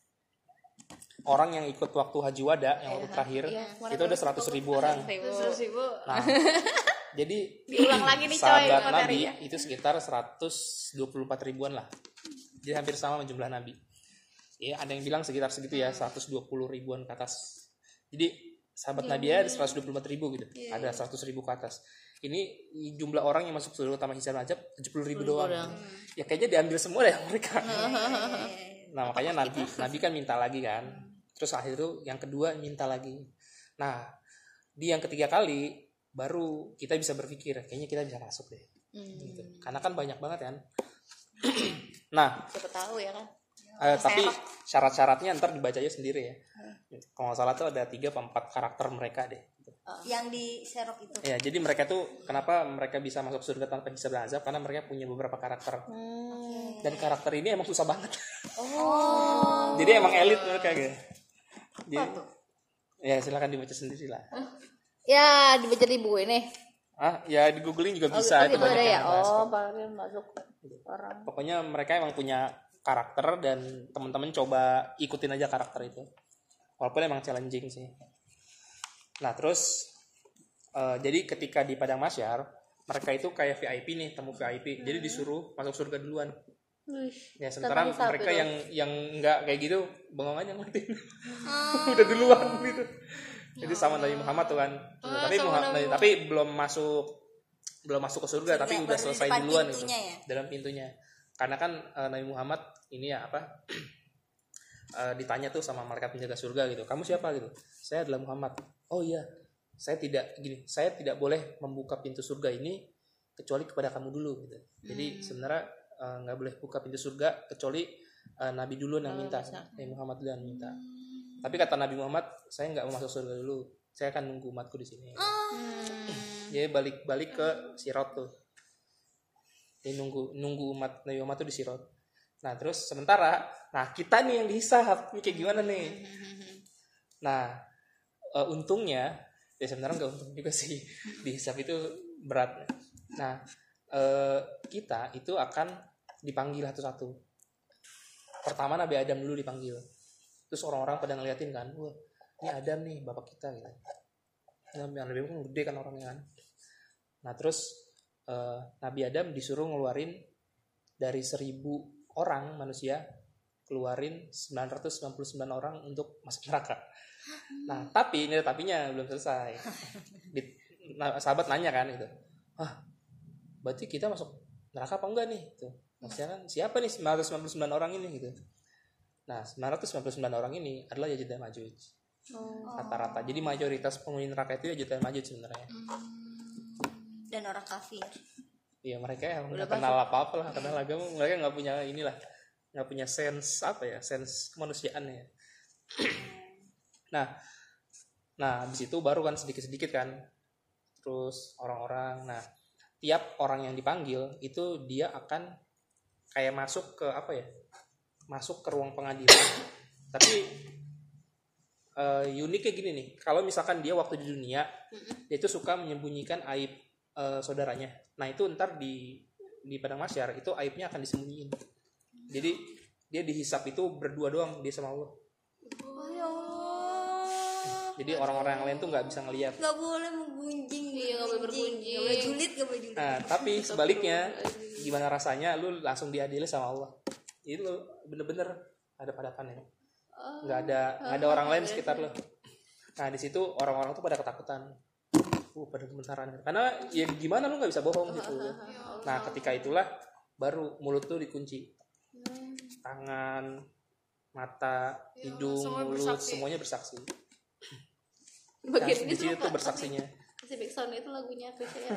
Orang yang ikut waktu Haji Wada yang waktu terakhir itu ada 100.000 orang. 100.000. Nah, jadi Diulang lagi nih coy sahabat Nabi materinya. itu sekitar 124 ribuan lah. Jadi hampir sama jumlah Nabi. Ya, ada yang bilang sekitar segitu ya, 120 ribuan ke atas. Jadi sahabat Nabi ada 124 ribu gitu. Ada 100.000 ke atas. Ini jumlah orang yang masuk surga utama hisab ajab 70.000 doang. Ya kayaknya diambil semua deh mereka. Nah, makanya Nabi kan minta lagi kan. Terus akhir itu yang kedua minta lagi. Nah, di yang ketiga kali baru kita bisa berpikir kayaknya kita bisa masuk deh. Gitu. Karena kan banyak banget kan. Nah, Siapa tahu ya kan. tapi syarat-syaratnya ntar dibaca aja sendiri ya. Kalau nggak salah tuh ada 3 atau 4 karakter mereka deh. Yang di serok itu. Ya, jadi mereka tuh kenapa mereka bisa masuk surga tanpa hisab dan azab karena mereka punya beberapa karakter. Dan karakter ini emang susah banget. Jadi emang elit mereka gitu. Jadi, ya silakan dibaca sendiri lah. Ya, dibaca di buku ini. Ya di googling juga bisa. Itu banyak ada ya. yang bahas kok. Paling masuk orang. Pokoknya mereka emang punya karakter dan teman-teman coba ikutin aja karakter itu. Walaupun emang challenging sih. Nah terus jadi ketika di Padang Mahsyar mereka itu kayak VIP nih, tamu VIP. Jadi disuruh masuk surga duluan. Ya sementara mereka yang nggak kayak gitu bengong aja ngeliatin. Udah duluan gitu. Jadi sama Nabi Muhammad tuh kan. Tapi belum masuk ke surga tapi udah selesai duluan itu dalam pintunya. Karena kan Nabi Muhammad ini ya ditanya tuh sama malaikat penjaga surga gitu. Kamu siapa gitu? Saya adalah Muhammad. Oh iya. Saya tidak boleh membuka pintu surga ini kecuali kepada kamu dulu gitu. Jadi sebenarnya nggak boleh buka pintu surga kecuali Nabi duluan yang minta. Nabi Muhammad duluan yang minta. Tapi kata Nabi Muhammad, saya nggak mau masuk surga dulu. Saya akan nunggu umatku di sini. Jadi balik ke Sirat tuh. Jadi nunggu umat Nabi Muhammad tuh di Sirat. Nah terus sementara, kita nih yang dihisab, ini kayak gimana nih? Nah untungnya, ya sebenarnya nggak untung juga sih, dihisab itu berat. Nah kita itu akan dipanggil satu-satu. Pertama Nabi Adam dulu dipanggil. Terus orang-orang pada ngeliatin kan, wah ini Adam nih bapak kita gitu. Nabi Adam kan gede kan orangnya kan. Nah terus Nabi Adam disuruh ngeluarin dari 1.000 orang manusia, keluarin 999 orang untuk masuk neraka. Nah tapi ini tapinya belum selesai. Sahabat nanya kan gitu, berarti kita masuk neraka apa enggak nih? Tuh. Maksudnya kan siapa nih 999 orang ini gitu. Nah 999 orang ini adalah Yajuj dan Majuj rata-rata. Jadi mayoritas penghuni neraka itu Yajuj dan Majuj sebenarnya. Dan orang kafir. Iya mereka yang nggak kenal apa-apa lah, kenal agama, mereka nggak punya inilah, nggak punya sense sense kemanusiaannya. Nah di situ baru kan sedikit kan, terus orang-orang, nah tiap orang yang dipanggil itu dia akan kayak masuk ke masuk ke ruang pengadilan. Tapi uniknya gini nih, kalau misalkan dia waktu di dunia dia itu suka menyembunyikan aib saudaranya. Nah itu ntar di padang mahsyar itu aibnya akan disembunyiin. Jadi dia dihisap itu berdua doang dia sama Allah. Ya Allah. Jadi orang-orang yang lain tuh nggak bisa ngelihat. Nggak boleh menggunjing. Iya, nggak boleh bergunjing. Nggak boleh julid. Nah tapi sebaliknya gimana rasanya lu langsung diadili sama Allah. Itu lu bener-bener ada hadapannya. Nggak ada orang lain sekitar lu. Nah di situ orang-orang tuh pada ketakutan. Pada gemetaran. Karena ya gimana lu nggak bisa bohong gitu. Nah ketika itulah baru mulut tuh dikunci, tangan, mata, hidung, mulut semuanya bersaksi. Bagian di situ tuh bersaksinya. Si Big Sound itu lagunya apa sih?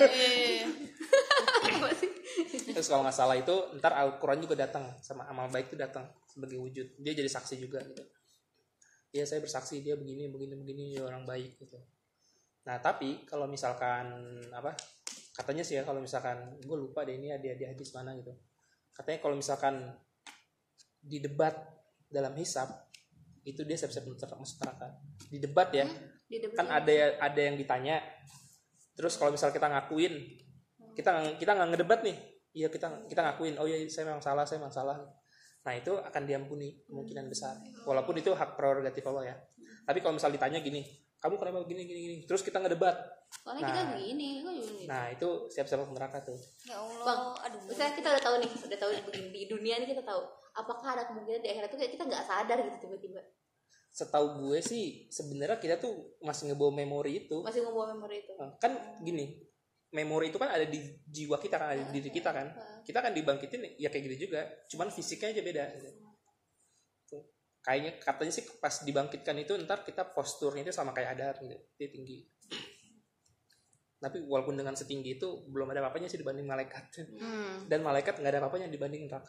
Terus kalau nggak salah itu ntar Al-Quran juga datang sama amal baik itu datang sebagai wujud. Dia jadi saksi juga gitu. Ya saya bersaksi dia begini dia orang baik gitu. Nah tapi kalau misalkan katanya sih ya, kalau misalkan gue lupa deh ini ada di hadis mana gitu, katanya kalau misalkan di debat dalam hisab itu dia siap-siap masuk neraka. Di debat ya, kan ada yang ditanya, terus kalau misal kita ngakuin kita nggak ngedebat nih, iya kita ngakuin oh iya saya memang salah. Nah itu akan diampuni kemungkinan besar, walaupun itu hak prerogatif Allah ya. Tapi kalau misal ditanya gini, kamu kenapa gini, terus kita ngedebat. Soalnya kita begini. Nah itu siap-siap masuk neraka tuh. Ya Allah. Bang, misalnya kita udah tahu di dunia ini kita tahu. Apakah ada kemungkinan di akhirat tuh kayak kita nggak sadar gitu tiba-tiba? Setahu gue sih sebenarnya kita tuh masih ngebawa memori itu. Kan gini, memori itu kan ada di jiwa kita kan, ada di diri kita kan. Kita kan dibangkitin ya kayak gitu juga, cuman fisiknya aja beda. Kayaknya katanya sih pas dibangkitkan itu ntar kita posturnya itu sama kayak adat gitu, dia tinggi. Tapi walaupun dengan setinggi itu belum ada apa-apanya sih dibanding malaikat. Dan malaikat nggak ada apa-apanya dibanding neraka.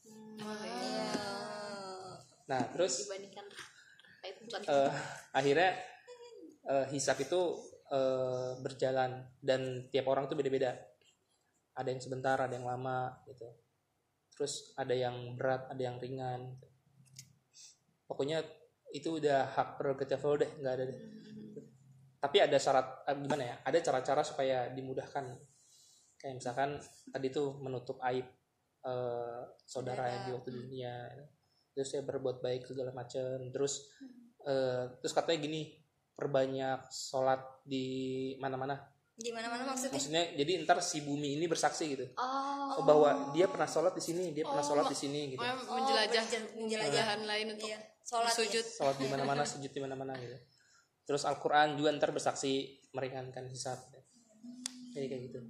Nah terus akhirnya hisab itu berjalan dan tiap orang tuh beda-beda. Ada yang sebentar, ada yang lama gitu. Terus ada yang berat, ada yang ringan. Pokoknya itu udah hak prerogatif lo deh, nggak ada deh. Tapi ada syarat gimana ya? Ada cara-cara supaya dimudahkan. Kayak misalkan tadi tuh menutup aib saudara yang di waktu dunia. Terus ya berbuat baik segala macam. Terus katanya gini, perbanyak sholat di mana-mana. Di mana-mana maksudnya? Maksudnya jadi ntar si bumi ini bersaksi gitu. Bahwa dia pernah sholat di sini, dia pernah sholat di sini gitu. Menjelajahan lain untuk sujud. Sholat di mana-mana, sujud di mana-mana gitu. Terus Al-Quran juga ntar bersaksi meringankan hisab. Kayak gitu.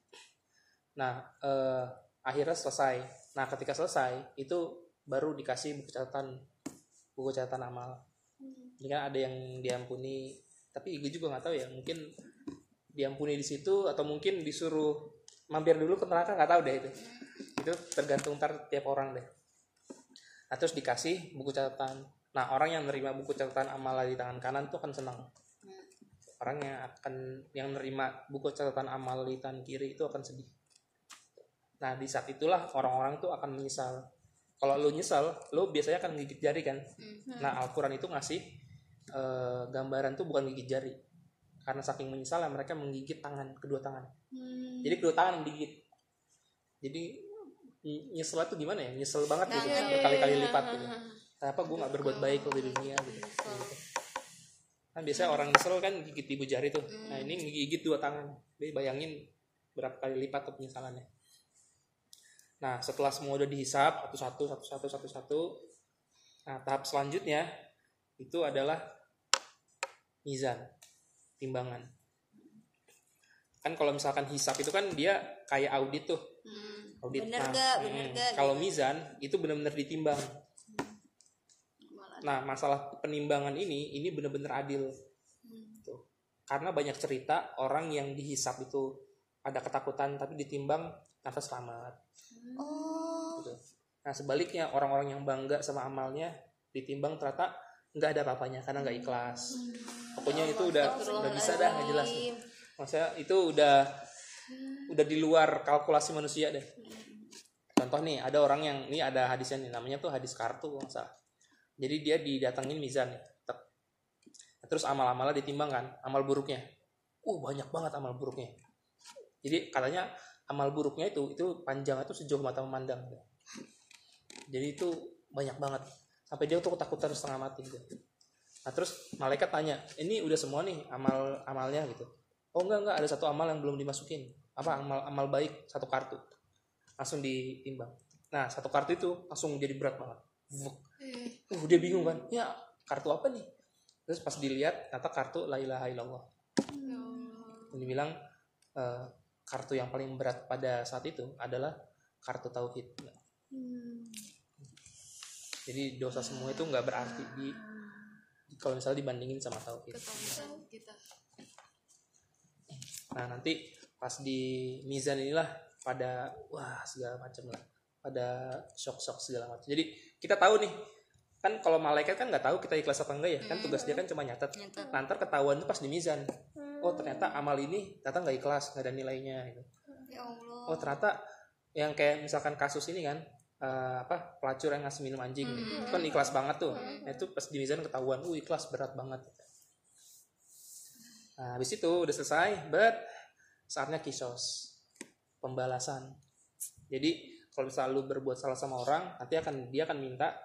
Nah, akhirnya selesai. Nah, ketika selesai itu baru dikasih buku catatan amal. Jadi kan ada yang diampuni, tapi gue juga nggak tahu ya, mungkin diampuni di situ atau mungkin disuruh mampir dulu ke neraka, nggak tahu deh itu tergantung tiap orang deh. Nah terus dikasih buku catatan. Nah orang yang nerima buku catatan amal di tangan kanan tuh akan senang. Orang yang nerima buku catatan amal di tangan kiri itu akan sedih. Nah di saat itulah orang-orang tuh akan menyesal. Kalau lo nyesal, lo biasanya akan gigit jari kan. Nah Al-Quran itu ngasih gambaran tuh bukan gigit jari, karena saking menyesalnya mereka menggigit kedua tangan. Jadi kedua tangan menggigit. Jadi nyesel itu gimana ya? Nyesel banget gitu, berkali-kali lipat gitu. Kenapa gue nggak berbuat baik di dunia gitu. Kan biasanya orang nyesel kan gigit ibu jari tuh. Nah ini menggigit dua tangan. Jadi bayangin berapa kali lipat tuh penyesalannya. Nah setelah semua udah dihisap satu-satu. Nah tahap selanjutnya itu adalah mizan, timbangan. Kan kalau misalkan hisab itu kan dia kayak audit tuh. Audit. Bener gak kalau mizan itu benar-benar ditimbang. Nah, masalah penimbangan ini benar-benar adil. Tuh. Karena banyak cerita orang yang dihisab itu ada ketakutan tapi ditimbang ternyata selamat. Gitu. Nah, sebaliknya orang-orang yang bangga sama amalnya ditimbang ternyata nggak ada apa-apanya karena nggak ikhlas. Pokoknya itu udah bisa dah, nggak jelas. Maksudnya itu udah di luar kalkulasi manusia deh. Contoh nih, ada orang yang ini ada hadisnya nih, namanya tuh hadis kartu nggak salah. Jadi dia didatengin mizan nih. Terus amal-amalnya ditimbang kan, amal buruknya. Banyak banget amal buruknya. Jadi katanya amal buruknya itu panjangnya tuh sejauh mata memandang. Jadi itu banyak banget. Sampai dia tuh ketakutan setengah mati gitu. Nah, terus malaikat tanya, "Ini udah semua nih amalnya gitu?" "Oh, enggak, ada satu amal yang belum dimasukin." "Apa?" "Amal baik, satu kartu." Langsung ditimbang. Nah, satu kartu itu langsung jadi berat banget. Dia bingung kan, ya kartu apa nih? Terus pas dilihat ternyata kartu la ilaha illallah. Ini bilang kartu yang paling berat pada saat itu adalah kartu tauhid. Jadi dosa semua itu nggak berarti kalau misalnya dibandingin sama tauhid. Nah, nanti pas di mizan inilah pada segala macam lah, pada shock segala macam. Jadi kita tahu nih, kan kalau malaikat kan nggak tahu kita ikhlas apa enggak ya, kan tugas dia kan cuma nyatet. Nanti ketahuan itu pas di mizan. Ternyata amal ini ternyata nggak ikhlas, nggak ada nilainya gitu. Ya Allah. Ternyata yang kayak misalkan kasus ini kan, pelacur yang ngasih minum anjing, itu kan ikhlas banget tuh. Nah, itu pas di mizan ketahuan, ikhlas berat banget. Nah, habis itu udah selesai, saatnya kisos, pembalasan. Jadi kalau misalnya lu berbuat salah sama orang, nanti dia akan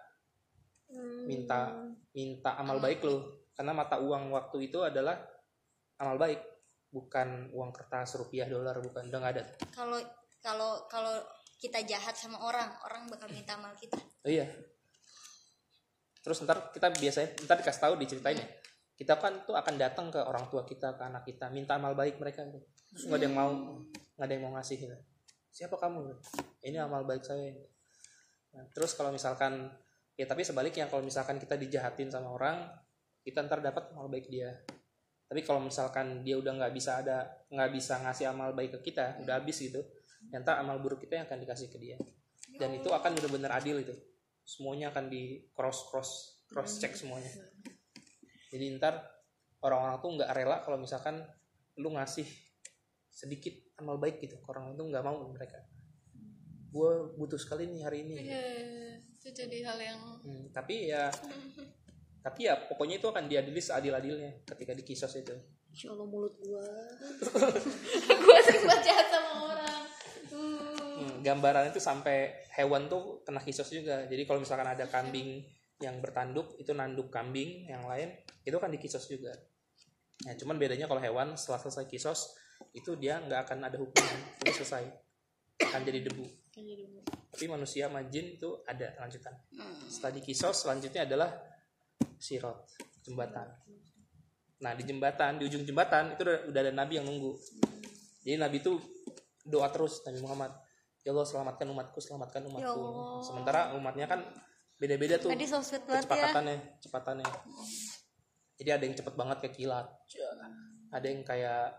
minta amal baik lu, karena mata uang waktu itu adalah amal baik, bukan uang kertas, rupiah, dolar, bukan, udah nggak ada. Kalau kita jahat sama orang bakal minta amal kita. Iya. Terus ntar dikasih tahu, diceritain ya. Kita kan tuh akan datang ke orang tua kita, ke anak kita, minta amal baik mereka. Terus nggak ada yang mau ngasih. Gitu. Siapa kamu? Ini amal baik saya. Nah, terus kalau misalkan, ya tapi sebaliknya kalau misalkan kita dijahatin sama orang, kita ntar dapat amal baik dia. Tapi kalau misalkan dia udah nggak bisa ngasih amal baik ke kita, udah habis gitu, ntar amal buruk kita yang akan dikasih ke dia. Dan itu akan benar-benar adil itu. Semuanya akan di cross check semuanya. Jadi ntar orang-orang tuh nggak rela kalau misalkan lu ngasih sedikit amal baik gitu, orang itu nggak mau mereka. Gue butuh sekali nih hari ini. Itu jadi hal yang. Tapi ya pokoknya itu akan diadili seadil-adilnya ketika di kisos itu. Insya Allah mulut gue. Gue sering banget jahat sama orang. Gambaran itu sampai hewan tuh kena kisos juga. Jadi kalau misalkan ada kambing yang bertanduk, itu nanduk kambing yang lain, itu kan dikisos juga. Nah, cuman bedanya kalau hewan setelah selesai kisos itu dia nggak akan ada hukuman, itu selesai, akan jadi debu. Tapi manusia sama jin itu ada lanjutan. Setelah dikisos, selanjutnya adalah sirot, jembatan. Nah, di ujung jembatan itu udah ada nabi yang nunggu. Jadi nabi itu doa terus, Nabi Muhammad, ya Allah selamatkan umatku. Ya sementara umatnya kan beda-beda tuh kecepatannya. Jadi ada yang cepet banget kayak kilat, ada yang kayak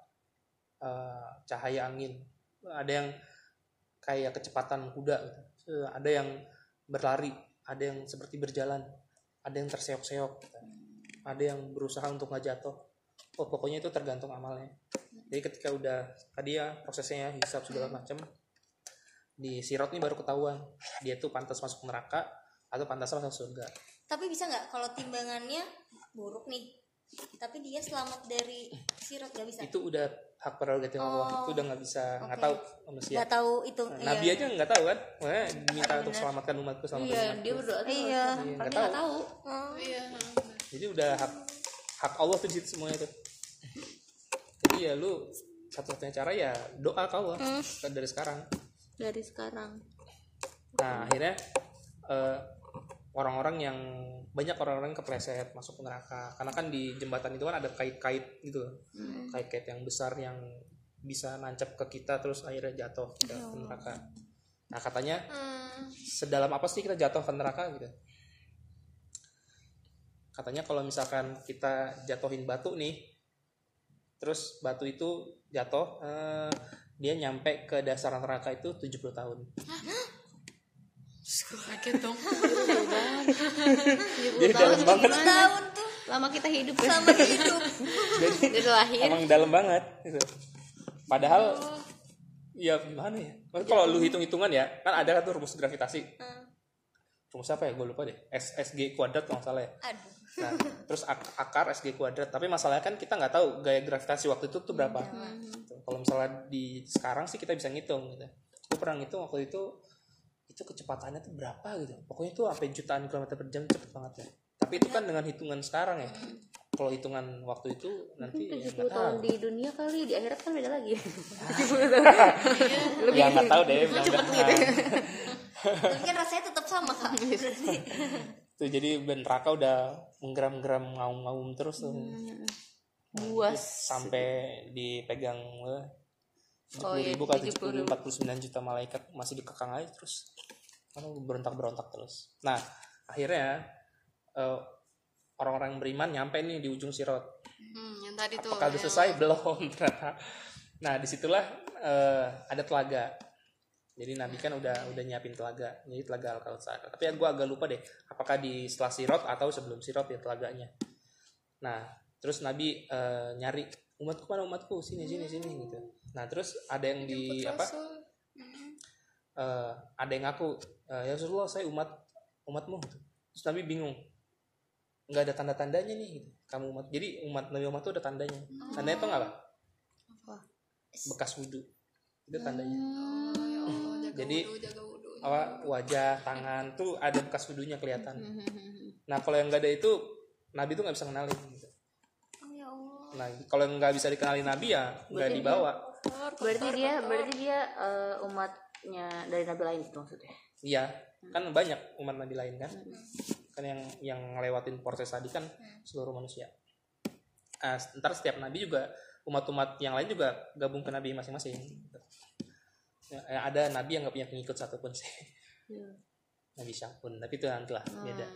cahaya angin, ada yang kayak kecepatan kuda, ada yang berlari, ada yang seperti berjalan, ada yang terseok-seok, ada yang berusaha untuk nggak jatuh. Pokoknya itu tergantung amalnya. Jadi ketika udah tadi ya prosesnya hisab segala macam, di sirot nih baru ketahuan dia tuh pantas masuk neraka atau pantas masuk surga. Tapi bisa nggak kalau timbangannya buruk nih, tapi dia selamat dari sirot, nggak bisa? Itu udah hak prerogatif Allah, itu udah nggak bisa, nggak tahu manusia. Nggak tahu itu. Nabi aja nggak tahu kan, diminta untuk selamatkan umatku, selamatkan umatku. Dia berdoa tuh. Nggak tahu. Jadi udah hak Allah tuh semuanya itu. Jadi ya lu satu-satunya cara ya doa ke Allah dari sekarang. Nah akhirnya banyak orang-orang kepleset masuk neraka karena kan di jembatan itu kan ada kait-kait gitu, kait-kait yang besar yang bisa nancap ke kita terus akhirnya jatuh ke neraka. Nah katanya sedalam apa sih kita jatuh ke neraka gitu? Katanya kalau misalkan kita jatuhin batu nih, terus batu itu jatuh, dia nyampe ke dasar neraka itu 70 tahun. Kaget dong. Jadi dalam banget. 10 tahun tuh Lama kita hidup ya. sama hidup. Jadi Dari lahir. emang dalam banget gitu. Padahal ya gimana ya? Kalau lu hitung-hitungan ya, kan ada tuh rumus gravitasi. Rumus apa ya? Gue lupa deh. SG kuadrat kalau nggak salah ya. Aduh. Nah, terus akar SG kuadrat. Tapi masalahnya kan kita nggak tahu gaya gravitasi waktu itu tuh berapa. Kalau misalnya di sekarang sih kita bisa ngitung gitu. Gue pernah ngitung waktu itu kecepatannya tuh berapa gitu. Pokoknya tuh sampai jutaan kilometer per jam, cepet banget ya. Tapi itu kan dengan hitungan sekarang ya. Kalau hitungan waktu itu nanti ya 70 tahun di dunia kali, di akhirat kan beda lagi. ya nggak tahu deh, mudah-mudahan. Tapi kan rasanya tetap sama Kak. Berarti Tuh jadi neraka udah menggeram-geram ngaum-ngaum terus tuh. Buas. Sampai dipegang 70.000 kali 49 juta malaikat masih dikekang aja terus. Berontak-berontak terus. Nah, akhirnya orang-orang yang beriman nyampe nih di ujung Sirat. Yang tadi tuh. Apakah udah selesai? Belum ternyata. Nah, disitulah ada telaga. Jadi Nabi kan udah nyiapin telaga. Jadi telaga Al-Kautsar. Tapi gue agak lupa deh, apakah di setelah Sirat atau sebelum Sirat ya telaganya. Nah, terus Nabi nyari umatku mana umatku, sini gitu. Nah, terus ada yang di apa? Ada yang ngaku, ya Rasulullah saya umatmu. Terus Nabi bingung. Nggak ada tanda-tandanya nih gitu. Kamu umat. Jadi umat Nabi Muhammad tuh ada tandanya. Tandanya tuh nggak apa? Bekas wudhu. Itu tandanya. Jadi apa, wajah, tangan tuh ada bekas wudhunya kelihatan. Nah kalau yang nggak ada itu Nabi tuh nggak bisa kenalin. Gitu. Nah kalau yang nggak bisa dikenalin Nabi ya nggak dibawa. Berarti dia umatnya dari Nabi lain itu maksudnya. Iya, kan banyak umat Nabi lain kan. Kan yang ngelewatin proses tadi kan seluruh manusia. Ntar setiap Nabi juga umat-umat yang lain juga gabung ke Nabi masing-masing. Ya, ada Nabi yang nggak punya pengikut satupun sih. Nabi Syakun, tapi itu nantilah beda.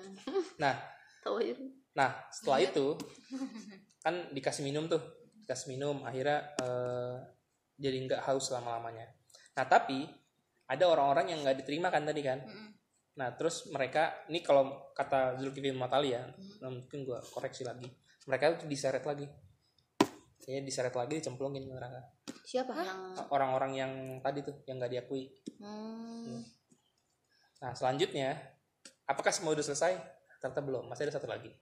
Nah setelah itu kan dikasih minum akhirnya jadi nggak haus lama-lamanya. Nah tapi ada orang-orang yang nggak diterima kan tadi kan. Nah terus mereka ini kalau kata Zulkifli Mu'tali ya, mungkin gue koreksi lagi, mereka itu diseret lagi, diseret lagi, dicemplungin ke neraka. Siapa yang orang-orang yang tadi tuh yang nggak diakui. Nah selanjutnya apakah semua udah selesai? Ternyata belum, masih ada satu lagi.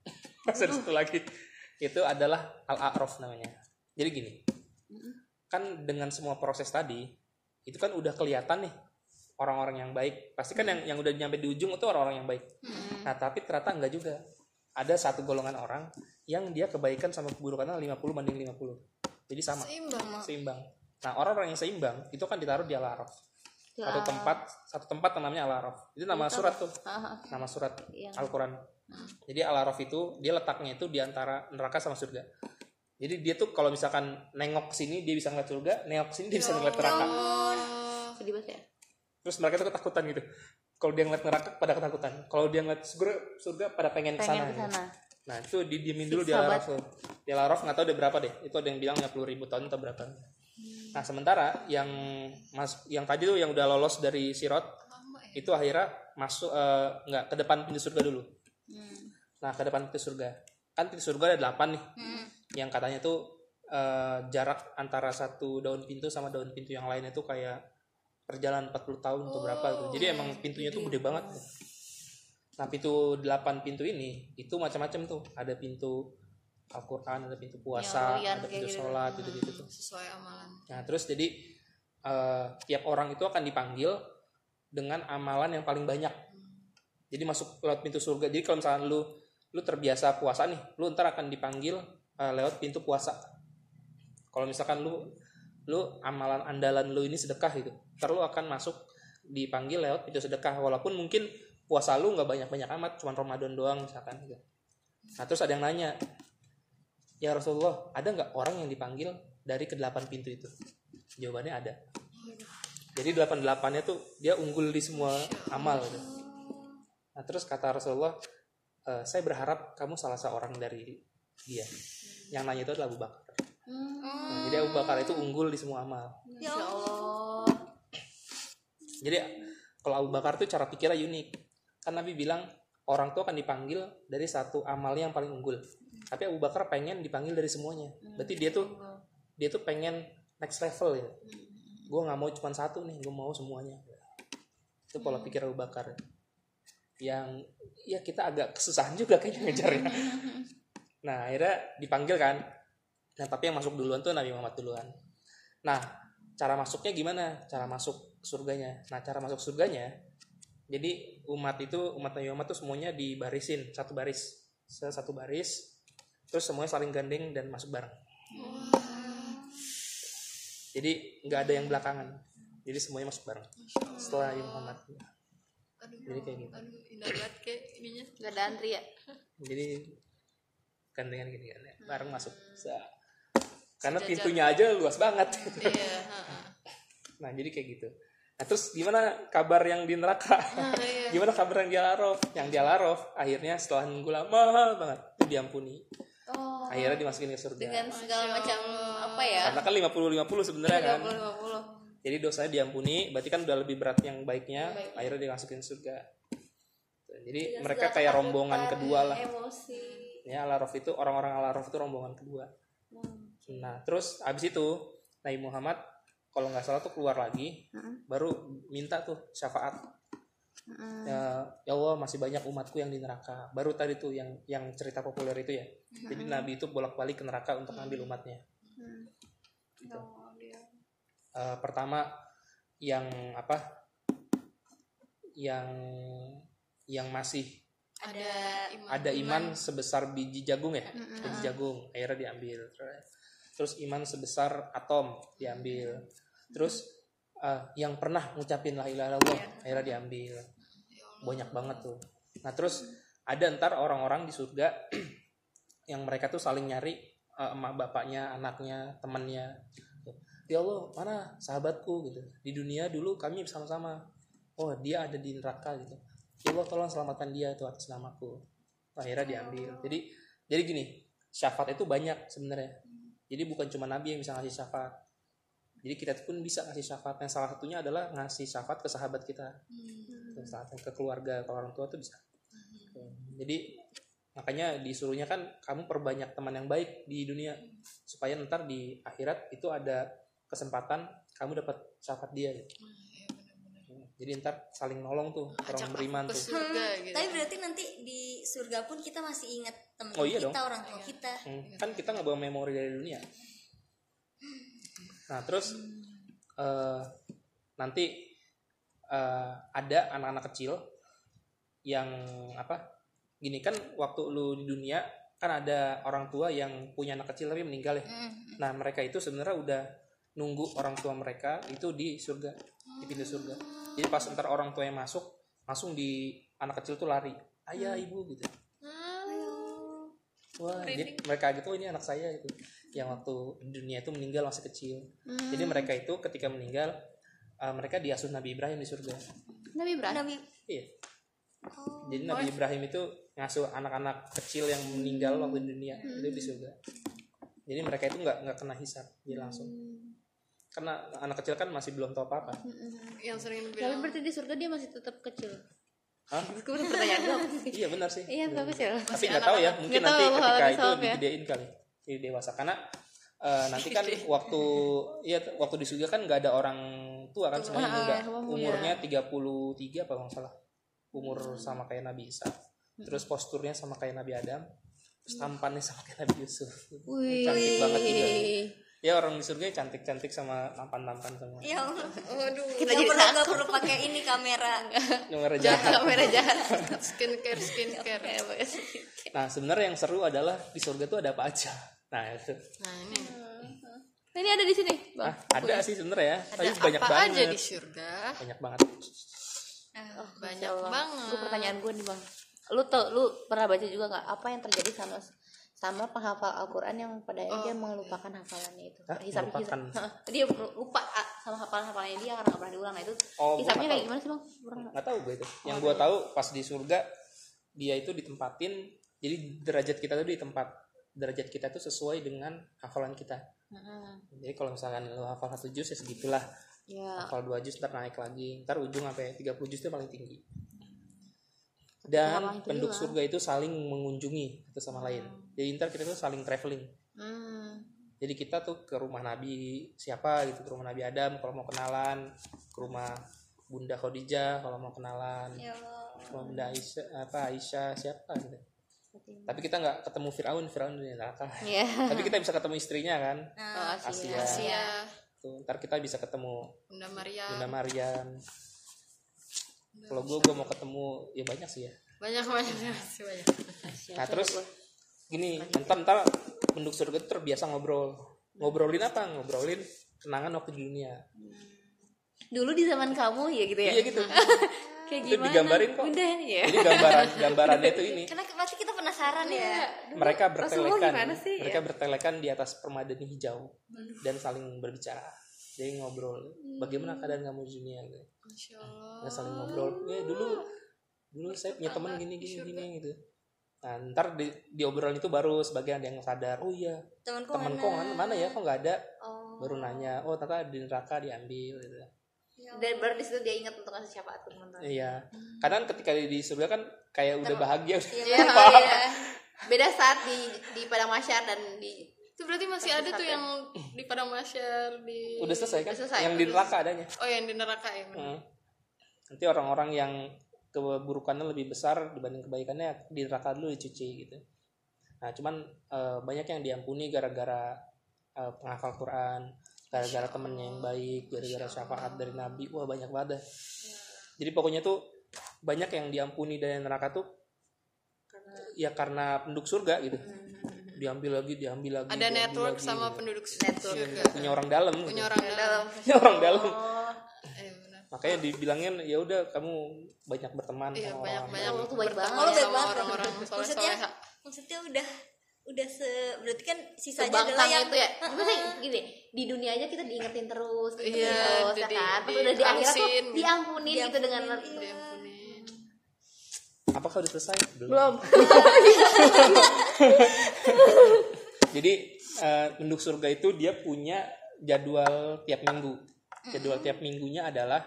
Itu adalah Al-A'raf namanya. Jadi gini, kan dengan semua proses tadi itu kan udah kelihatan nih orang-orang yang baik. Pasti kan yang udah nyampe di ujung itu orang-orang yang baik. Nah tapi ternyata enggak juga. Ada satu golongan orang yang dia kebaikan sama keburukannya 50-50. Jadi sama. Seimbang. Nah orang-orang yang seimbang itu kan ditaruh di Al-A'raf. Satu tempat namanya Al-A'raf. Itu nama surat tuh. Nama surat Al-Quran. Jadi Al-A'raf itu dia letaknya itu di antara neraka sama surga. Jadi dia tuh kalau misalkan nengok ke sini dia bisa ngeliat surga, nengok ke sini dia bisa ngeliat neraka. sedih banget ya. Terus mereka tuh ketakutan gitu. Kalau dia ngeliat neraka pada ketakutan. Kalau dia ngeliat surga pada pengen kesana. Gitu. Nah itu didiemin dulu di Al-A'raf. Di Al-A'raf nggak tahu ada berapa deh. Itu ada yang bilang 50.000 tahun atau berapa. Nah sementara yang tadi tuh yang udah lolos dari Sirat itu akhirnya masuk nggak ke depan pintu surga dulu. Nah ke depan pintu surga. Kan pintu surga ada 8 nih. Yang katanya tuh jarak antara satu daun pintu sama daun pintu yang lainnya tuh kayak perjalanan 40 tahun atau berapa gitu. Jadi emang pintunya tuh gede banget. Nah pintu 8 pintu ini itu macam-macam tuh. Ada pintu Al-Quran, ada pintu puasa, ada pintu sholat gitu-gitu tuh. Sesuai amalan. Nah terus jadi tiap orang itu akan dipanggil dengan amalan yang paling banyak. Jadi masuk lewat pintu surga. Jadi kalau misalnya lu terbiasa puasa nih, lu ntar akan dipanggil lewat pintu puasa. Kalau misalkan lu amalan andalan lu ini sedekah gitu, ntar lu akan masuk dipanggil lewat pintu sedekah. Walaupun mungkin puasa lu nggak banyak-banyak amat, cuma Ramadan doang misalkan gitu. Nah terus ada yang nanya, ya Rasulullah, ada nggak orang yang dipanggil dari ke-8 pintu itu? Jawabannya ada. Jadi 88-nya tuh dia unggul di semua amal gitu. Nah terus kata Rasulullah, saya berharap kamu salah seorang dari dia. Yang nanya itu adalah Abu Bakar. Nah, jadi Abu Bakar itu unggul di semua amal. Ya Allah. Jadi kalau Abu Bakar tuh cara pikirnya unik. Kan Nabi bilang orang tuh akan dipanggil dari satu amalnya yang paling unggul. Tapi Abu Bakar pengen dipanggil dari semuanya. Berarti dia tuh pengen next level ya. Gue nggak mau cuma satu nih, gue mau semuanya. Itu pola pikir Abu Bakar. Yang ya kita agak kesusahan juga kayaknya ngejarnya. Nah akhirnya dipanggil kan. Nah tapi yang masuk duluan tuh Nabi Muhammad duluan. Nah cara masuknya gimana? Cara masuk surganya. Nah cara masuk surganya, jadi umat Nabi Muhammad tuh semuanya dibarisin satu baris, terus semuanya saling gandeng dan masuk bareng. Jadi nggak ada yang belakangan, jadi semuanya masuk bareng setelah Nabi Muhammad. Jadi kayak gitu. Indah banget kayak ininya. Gak ada antri ya. Jadi gandengan gini kan ya, bareng masuk. Karena pintunya aja luas banget. Iya. Nah jadi kayak gitu. Nah terus gimana kabar yang di neraka? Gimana kabar yang di Al-Araf? Yang di Al-Araf akhirnya setelah nunggu lama banget itu diampuni. Akhirnya dimasukin ke surga. Dengan segala macam apa ya? Karena kan 50-50 sebenarnya kan. 50-50. Jadi dosanya diampuni, berarti kan udah lebih berat yang baiknya, akhirnya dimasukin surga. Jadi mereka kayak rombongan kedua lah. Emosi. Ya Al-Araf itu orang-orang Al-Araf itu rombongan kedua. Nah terus abis itu Nabi Muhammad kalau nggak salah tuh keluar lagi, baru minta tuh syafaat. Ya Allah masih banyak umatku yang di neraka. Baru tadi tuh yang cerita populer itu ya. Jadi Nabi itu bolak-balik ke neraka untuk ngambil umatnya. Gitu. Pertama yang apa? Yang masih ada iman sebesar biji jagung ya, biji jagung akhirnya diambil. Terus iman sebesar atom diambil. Terus yang pernah ngucapin la ilaha illallah akhirnya diambil. Banyak banget tuh. Nah terus ada ntar orang-orang di surga yang mereka tuh saling nyari emak bapaknya, anaknya, temannya. Ya Allah mana sahabatku gitu. Di dunia dulu kami bersama-sama. Oh dia ada di neraka gitu. Ya Allah tolong selamatkan dia tuh atas namaku. Akhirnya diambil. Jadi gini, syafaat itu banyak sebenarnya. Jadi bukan cuma Nabi yang bisa ngasih syafaat. Jadi kita pun bisa ngasih syafaat. Yang salah satunya adalah ngasih syafaat ke sahabat kita, ke keluarga, ke orang tua tuh bisa. Jadi makanya disuruhnya kan kamu perbanyak teman yang baik di dunia supaya ntar di akhirat itu ada kesempatan kamu dapat syafaat dia. Gitu. Jadi ntar saling nolong tuh orang beriman tuh. Gitu. Tapi berarti nanti di surga pun kita masih ingat teman Iya kita, dong. orang tua kita. Kan kita nggak bawa memori dari dunia. Nah terus nanti ada anak-anak kecil yang apa? Gini kan waktu lu di dunia kan ada orang tua yang punya anak kecil tapi meninggal ya. Nah mereka itu sebenarnya udah nunggu orang tua mereka itu di surga, di pintu surga. Jadi pas ntar orang tua yang masuk, langsung di anak kecil tuh lari, ayah ibu gitu. Wah, jadi mereka gitu, ini anak saya itu, yang waktu di dunia itu meninggal masih kecil. Jadi mereka itu ketika meninggal, mereka diasuh Nabi Ibrahim di surga. Nabi Ibrahim. Iya. Jadi Nabi Ibrahim itu ngasuh anak-anak kecil yang meninggal waktu di dunia itu di surga. Jadi mereka itu nggak kena hisab, dia langsung. Karena anak kecil kan masih belum tahu apa-apa. Yang sering Tapi bilang berarti di surga dia masih tetap kecil. Hah? Itu pertanyaan gue. Iya benar sih. Iya tetap kecil. Tapi nggak tahu ya, mungkin Nggak nanti tahu, ketika halal itu bisawab ya. digedein kali, jadi dewasa. Karena nanti kan waktu di surga kan nggak ada orang tua kan, semuanya muda. Umurnya 33 apa nggak salah. Umur sama kayak Nabi Isa. Terus posturnya sama kayak Nabi Adam. Terus tampannya sama kayak Nabi Yusuf. Cantik banget juga. Ya orang di surga cantik-cantik sama tampan-tampan semua. Ya Allah. waduh Kita Nggak jadi perlu, nggak takut. perlu pakai ini kamera. Nomor jahat. Kamera jahat. skincare. Nah sebenarnya yang seru adalah di surga tuh ada apa aja. Nah itu. Nah ini Nah, ini ada di sini, Bang. Ada sih sebenarnya ya. Tapi ada banyak apa banget. aja di surga? Banyak banget. Banyak banget. Gue pertanyaan gue nih, Bang. Lu pernah baca juga nggak apa yang terjadi sama sama penghafal Al-Quran yang pada akhirnya dia melupakan hafalannya itu. Hah? Hisapnya Melupakan? dia lupa sama hafalannya dia karena nggak pernah diulang. Nah itu Oh, gua hisapnya nggak kayak tahu. gimana sih bang? Nggak tahu gue itu. Yang gue tahu pas di surga dia itu ditempatin, jadi derajat kita tuh derajat kita tuh sesuai dengan hafalan kita. Jadi kalau misalkan lo hafal 1 juz ya segitulah, Ya. hafal 2 juz ntar naik lagi, ntar ujung sampai 30 juz itu paling tinggi. Dan Hafalan itu penduduk juga. surga itu saling mengunjungi satu sama lain. Jadi ntar kita tuh saling traveling. Jadi kita tuh ke rumah Nabi siapa gitu, ke rumah Nabi Adam kalau mau kenalan, ke rumah Bunda Khadijah kalau mau kenalan, Ya Allah. ke rumah Bunda Aisyah siapa gitu. Tapi kita nggak ketemu Firaun di neraka. Iya. Tapi kita bisa ketemu istrinya kan, Oh, Asia. Asia, tuh ntar kita bisa ketemu Bunda Maria, Bunda Maryam. Kalau gue mau ketemu ya banyak sih ya. banyak masih banyak. Nah terus gini, ntar penduduk surga itu terbiasa ngobrolin apa? Ngobrolin kenangan waktu di dunia. Dulu di zaman kamu ya gitu ya. Iya gitu. Kayak Itu gimana? digambarin kok. Bunda ya. Jadi gambarannya itu ini. Karena pasti kita penasaran ya. Mereka Rasulullah bertelekan. gimana sih, Mereka bertelekan di atas permadani hijau dan saling berbicara. Jadi ngobrol. Bagaimana keadaan kamu di dunia? Gitu. Masya Allah. Nggak saling ngobrol. Dulu saya punya teman gini gitu. Nah, ntar di obrolan itu baru sebagian ada yang sadar. Oh iya, Temanku temanku mana ya? Kok nggak ada? Oh. Baru nanya. Oh ternyata di neraka diambil. Gitu. Dan baru di situ dia ingat untuk kasih syafaat ke teman-teman. Iya. Karena ketika di surga kan kayak udah bahagia. Iya, iya. Beda saat di padang mahsyar dan di Itu berarti masih ada tuh yang di padang mahsyar di. Udah selesai kan? Udah selesai. Yang di neraka adanya. Oh yang di neraka ya. benar. Nanti orang-orang yang keburukannya lebih besar dibanding kebaikannya di neraka dulu dicuci gitu. Nah cuman banyak yang diampuni gara-gara penghafal Quran, gara-gara temennya yang baik, gara-gara syafaat dari Nabi. Wah banyak banget dah. Jadi pokoknya tuh banyak yang diampuni dari neraka tuh karena penduduk surga gitu. Diambil lagi. Ada diambil network lagi, sama gitu. penduduk Network. surga. Punya orang dalam. Gitu. Punya orang dalam. Punya orang dalam. Oh, Benar. Makanya dibilangin ya udah kamu banyak berteman Iya sama banyak orang. banyak Lu tuh baik banget. berteman Lu baik sama banget. orang-orang soleh Maksudnya soleha. maksudnya udah berarti kan sisanya sebangkang adalah yang itu ya. Maksudnya gini, di dunia aja kita diingetin terus, gitu Iya, terus ya kan. Pas udah di akhirat tuh dihalusin. diampunin gitu dengan Diampunin. Apakah udah selesai? belum. Jadi penduduk surga itu dia punya jadwal tiap minggu. Jadwal tiap minggunya adalah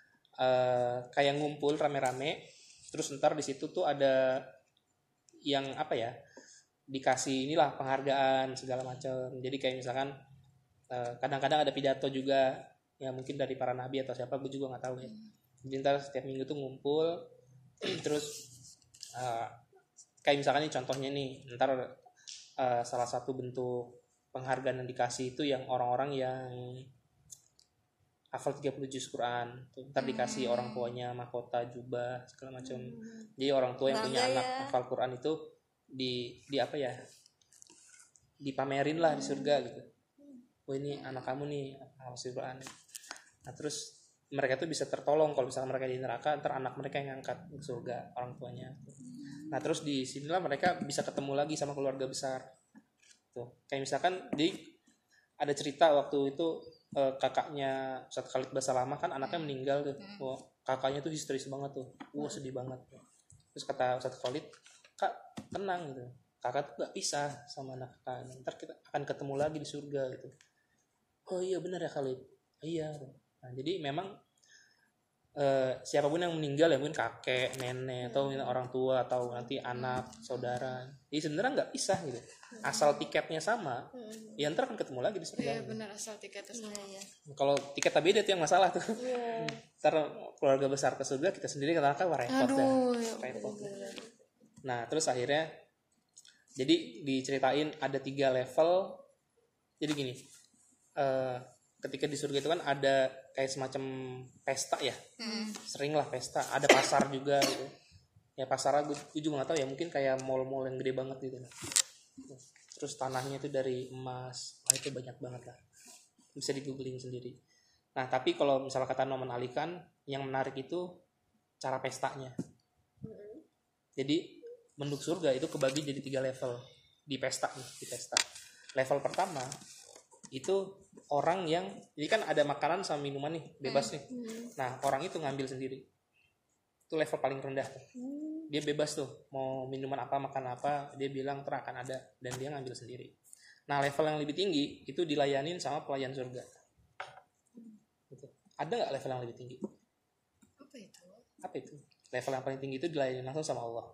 kayak ngumpul rame-rame. Terus ntar di situ tuh ada yang apa ya? Dikasih inilah penghargaan segala macam. Jadi kayak misalkan kadang-kadang ada pidato juga ya mungkin dari para nabi atau siapa gue juga nggak tahu ya. Jadi ntar setiap minggu tuh ngumpul terus kayak misalkan ini contohnya nih ntar salah satu bentuk penghargaan yang dikasih itu yang orang-orang yang hafal 30 juz Quran ntar dikasih orang tuanya mahkota jubah segala macam. Jadi orang tua yang punya anak hafal Quran itu di apa ya dipamerin lah di surga gitu. Oh ini anak kamu nih hafal Quran. Nah terus mereka tuh bisa tertolong kalau misalnya mereka di neraka ntar anak mereka yang ngangkat ke surga orang tuanya. Nah terus di sinilah mereka bisa ketemu lagi sama keluarga besar. Tuh kayak misalkan ada cerita waktu itu kakaknya Ustadz Khalid Basalamah kan anaknya meninggal tuh. Wah, kakaknya tuh histeris banget tuh. Wah sedih banget. Terus kata Ustadz Khalid, Kak tenang gitu. Kakak tuh gak pisah sama anak kakak. Ntar kita akan ketemu lagi di surga gitu. Oh iya benar ya Khalid. Iya. Nah, jadi memang siapapun yang meninggal ya mungkin kakek, nenek atau orang tua atau nanti anak, saudara. Jadi sebenarnya nggak pisah gitu. Asal tiketnya sama, ya ntar akan ketemu lagi di surga. Iya benar asal tiketnya sama. Kalau tiketnya beda itu yang masalah tuh. Ntar keluarga besar ke surga, kita sendiri ke neraka wah repot dah. Repot. Nah terus akhirnya jadi diceritain ada 3 level. Jadi gini. Ketika di surga itu kan ada kayak semacam pesta ya, sering lah pesta, ada pasar juga gitu. Ya pasar gue juga nggak tahu ya, mungkin kayak mall-mall yang gede banget gitu. Terus tanahnya itu dari emas, wah itu banyak banget lah, bisa di googling sendiri. Nah tapi kalau misalnya kata Noman Ali kan, yang menarik itu cara pestanya. Jadi penduduk surga itu kebagi jadi 3 level. di pesta nih, di pesta. Level pertama itu orang yang, jadi kan ada makanan sama minuman nih bebas nih. Nah orang itu ngambil sendiri, itu level paling rendah. Dia bebas tuh mau minuman apa makan apa, dia bilang akan ada dan dia ngambil sendiri. Nah level yang lebih tinggi itu dilayanin sama pelayan surga. Gitu. Ada nggak level yang lebih tinggi? Apa itu? Level yang paling tinggi itu dilayani langsung sama Allah.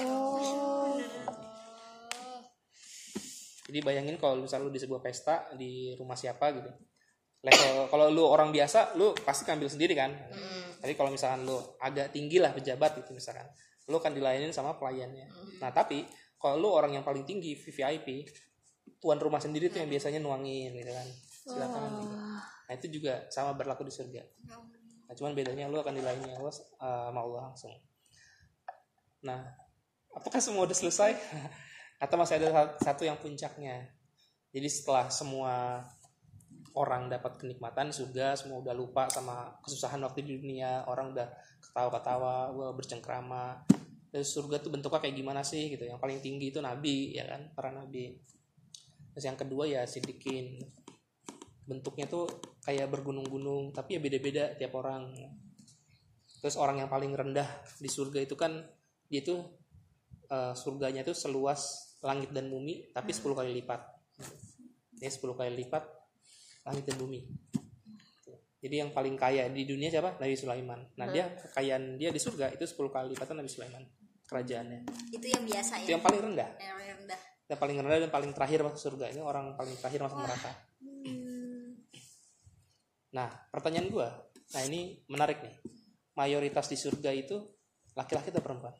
Jadi bayangin kalau misalnya lu di sebuah pesta di rumah siapa gitu, level kalau lu orang biasa lu pasti ambil sendiri kan. Tapi kalau misalkan lu agak tinggi lah pejabat gitu misalkan, lu akan dilayanin sama pelayannya. Nah tapi kalau lu orang yang paling tinggi VVIP, tuan rumah sendiri tuh yang biasanya nuangin gitu kan, silakan gitu. Nah itu juga sama berlaku di surga. Nah cuman bedanya lu akan dilayani Allah sama Allah langsung. Nah apakah semua udah selesai? Atau masih ada satu yang puncaknya. Jadi setelah semua orang dapat kenikmatan surga, semua udah lupa sama kesusahan waktu di dunia, orang udah ketawa-ketawa, bercengkrama. Terus surga tuh bentuknya kayak gimana sih gitu. Yang paling tinggi itu nabi ya kan, para nabi. Terus yang kedua ya sidikin. Bentuknya tuh kayak bergunung-gunung, tapi ya beda-beda tiap orang. Terus orang yang paling rendah di surga itu kan dia tuh surganya tuh seluas langit dan bumi tapi 10 kali lipat. Ya 10 kali lipat langit dan bumi. Jadi yang paling kaya di dunia siapa? Nabi Sulaiman. Nah, dia kekayaan dia di surga itu 10 kali lipatan Nabi Sulaiman kerajaannya. Itu yang biasa ya. Itu yang paling rendah. Yang rendah. Yang paling rendah dan paling terakhir masuk surga. Ini orang paling terakhir masuk neraka. Nah, pertanyaan gua. Nah, ini menarik nih. Mayoritas di surga itu laki-laki atau perempuan?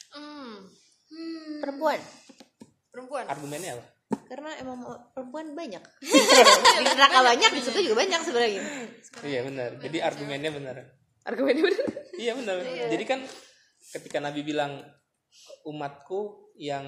Perempuan. Argumennya apa? Karena emang perempuan banyak. Di neraka banyak, di surga juga banyak sebenarnya. Iya benar. Jadi argumennya benar. Argumennya benar. Iya benar. Jadi kan ketika Nabi bilang umatku yang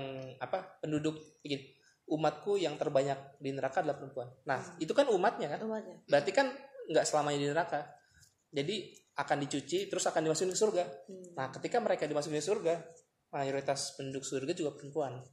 umatku yang terbanyak di neraka adalah perempuan. Nah, itu kan umatnya kan? Umatnya. Berarti kan nggak selamanya di neraka. Jadi akan dicuci terus akan dimasukin ke surga. Nah, ketika mereka dimasukin ke surga, mayoritas penduduk surga juga perempuan.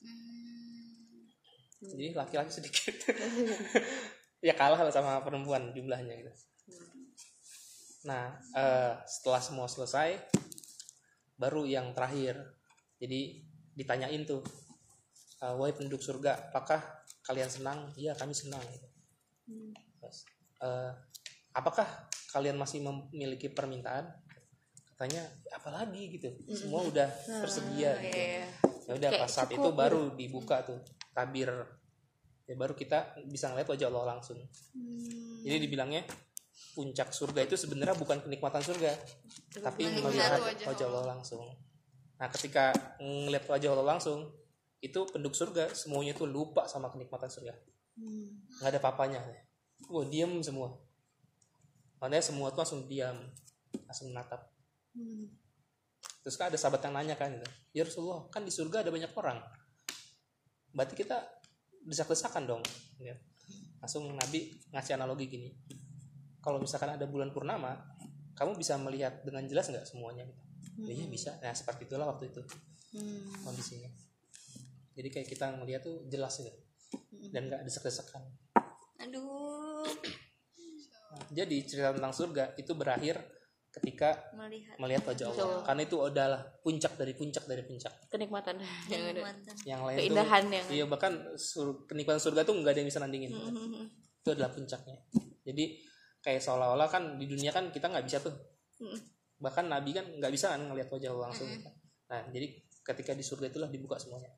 Jadi laki-laki sedikit. Ya kalah lah sama perempuan jumlahnya gitu. Nah, setelah semua selesai, baru yang terakhir. Jadi ditanyain tuh, wahai penduduk surga, apakah kalian senang? Iya, kami senang. Terus, apakah kalian masih memiliki permintaan? Katanya, apalagi gitu. Semua udah tersedia gitu. Ya udah pas saat itu baru dibuka tuh tabir. Ya baru kita bisa ngeliat wajah Allah langsung. Jadi dibilangnya puncak surga itu sebenarnya bukan kenikmatan surga, tapi melihat wajah Allah langsung. Nah, ketika ngeliat wajah Allah langsung, itu penduduk surga semuanya tuh lupa sama kenikmatan surga. Nggak ada papanya. Diam semua. Makanya semua tuh langsung diam, langsung menatap. Terus kan ada sahabat yang nanya kan, ya Rasulullah, kan di surga ada banyak orang, berarti kita desak-desakan dong. Langsung Nabi ngasih analogi gini, kalau misalkan ada bulan purnama, kamu bisa melihat dengan jelas nggak semuanya? Iya bisa. Nah seperti itulah waktu itu kondisinya. Jadi kayak kita ngelihat tuh jelas gitu, dan nggak desak-desakan. Aduh. Nah, jadi cerita tentang surga itu berakhir ketika melihat wajah Allah. Karena itu adalah puncak dari puncak. Kenikmatan. Yang lain keindahan tuh, yang. iya bahkan kenikmatan surga tuh nggak ada yang bisa nandingin. Itu adalah puncaknya. Jadi kayak seolah-olah kan di dunia kan kita nggak bisa tuh. Bahkan Nabi kan nggak bisa kan ngelihat wajah Allah langsung. Nah jadi ketika di surga itulah dibuka semuanya.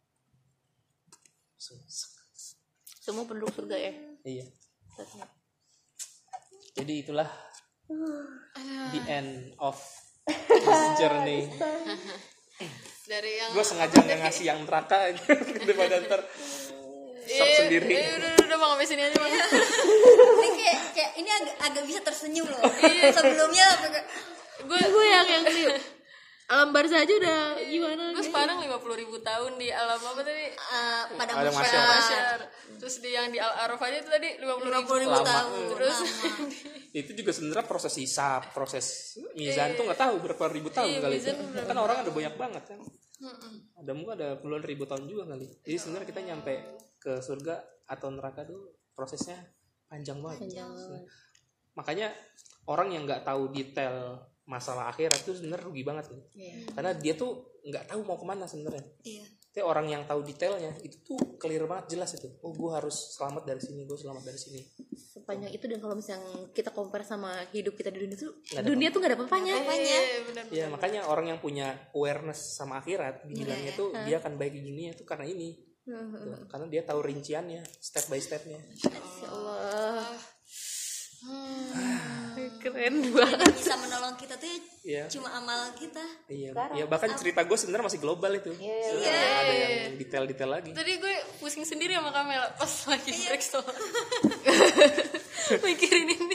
Semua penduduk surga ya. Iya. Jadi itulah the end of this journey. Dari yang gue sengaja nggak ngasih yang neraka daripada ntar sok sendiri. Udah mau sampai sini aja Bang. Ini kayak ini agak bisa tersenyum loh. Sebelumnya gue yang Alam barzah aja udah gimana? Terus Padang 50.000 tahun di alam apa tadi? Pada Padang masyarakat Masyar. Terus di yang di Al-Araf aja itu tadi 50.000 Lama. tahun. Terus Itu juga sebenarnya proses hisab, proses mizan tuh nggak tahu berapa ribu tahun kali itu. Kan orang ada banyak banget kan. Ada mungkin ada puluhan ribu tahun juga kali. Jadi sebenarnya kita nyampe ke surga atau neraka tuh prosesnya panjang banget. Makanya orang yang nggak tahu detail masalah akhirat itu sebenarnya rugi banget nih. Karena dia tuh nggak tahu mau kemana sebenarnya. Tapi orang yang tahu detailnya itu tuh clear banget, jelas itu. Oh, gue harus selamat dari sini, gue selamat dari sini. Sepanjang itu. Dan kalau misalnya kita compare sama hidup kita di dunia tuh, Nggak ada dunia tuh gak ada apa-apanya. benar. Ya makanya orang yang punya awareness sama akhirat bilangnya tuh dia akan baik di dunia tuh karena ini. Tuh, karena dia tahu rinciannya, step by stepnya. Ya Allah. Keren banget. yang bisa menolong kita tuh Iya. cuma amal kita. Iya, ya bahkan cerita gue sebenarnya masih global itu. Ada yang detail-detail lagi. Tadi gue pusing sendiri sama Kamel pas lagi break store. Mikirin ini.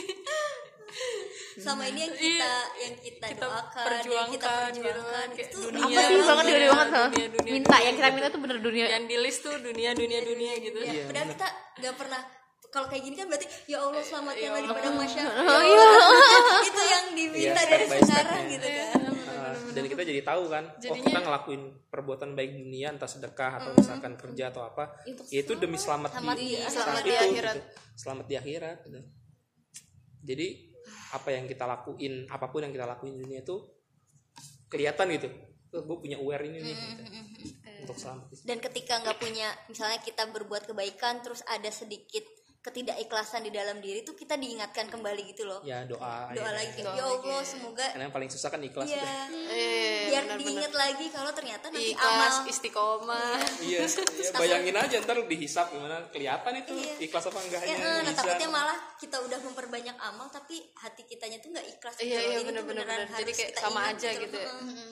Sama ini yang kita doakan, yang kita perjuangkan gitu perjuangkan kayak itu dunia. Apa sih banget dunia banget ha? dunia, Minta yang kita minta tuh bener dunia. Yang di list tuh dunia gitu. ya, padahal kita nggak pernah. Kalau kayak gini kan berarti ya Allah selamatkanlah di padang masyarakat. Itu yang diminta Iya, dari step by sekarang stepnya. gitu kan. Dan kita jadi tahu kan, Jadinya- kita ngelakuin perbuatan baik di dunia, entah sedekah atau misalkan kerja atau apa, itu demi selamat di selamat saat di itu, akhirat. gitu. Selamat di akhirat. Gitu. Jadi apa yang kita lakuin, apapun yang kita lakuin di dunia itu kelihatan gitu. Tuh, gue punya aware ini nih, gitu. Untuk selamat. Dan ketika nggak punya, misalnya kita berbuat kebaikan terus ada sedikit ketidakikhlasan di dalam diri tuh kita diingatkan kembali gitu loh. Ya doa Lagi ya Allah semoga karena yang paling susah kan ikhlas. ya biar diingat lagi kalau ternyata nanti Ikhlas, amal istiqomah. Iya, bayangin aja ntar lu dihisap gimana kelihatan itu ikhlas apa enggaknya. nah bisa. takutnya malah kita udah memperbanyak amal tapi hati kitanya tuh nggak ikhlas. Iya, Kalau iya, ini tuh bener-bener. beneran Jadi harus kayak kita sama ingat aja gitu ya.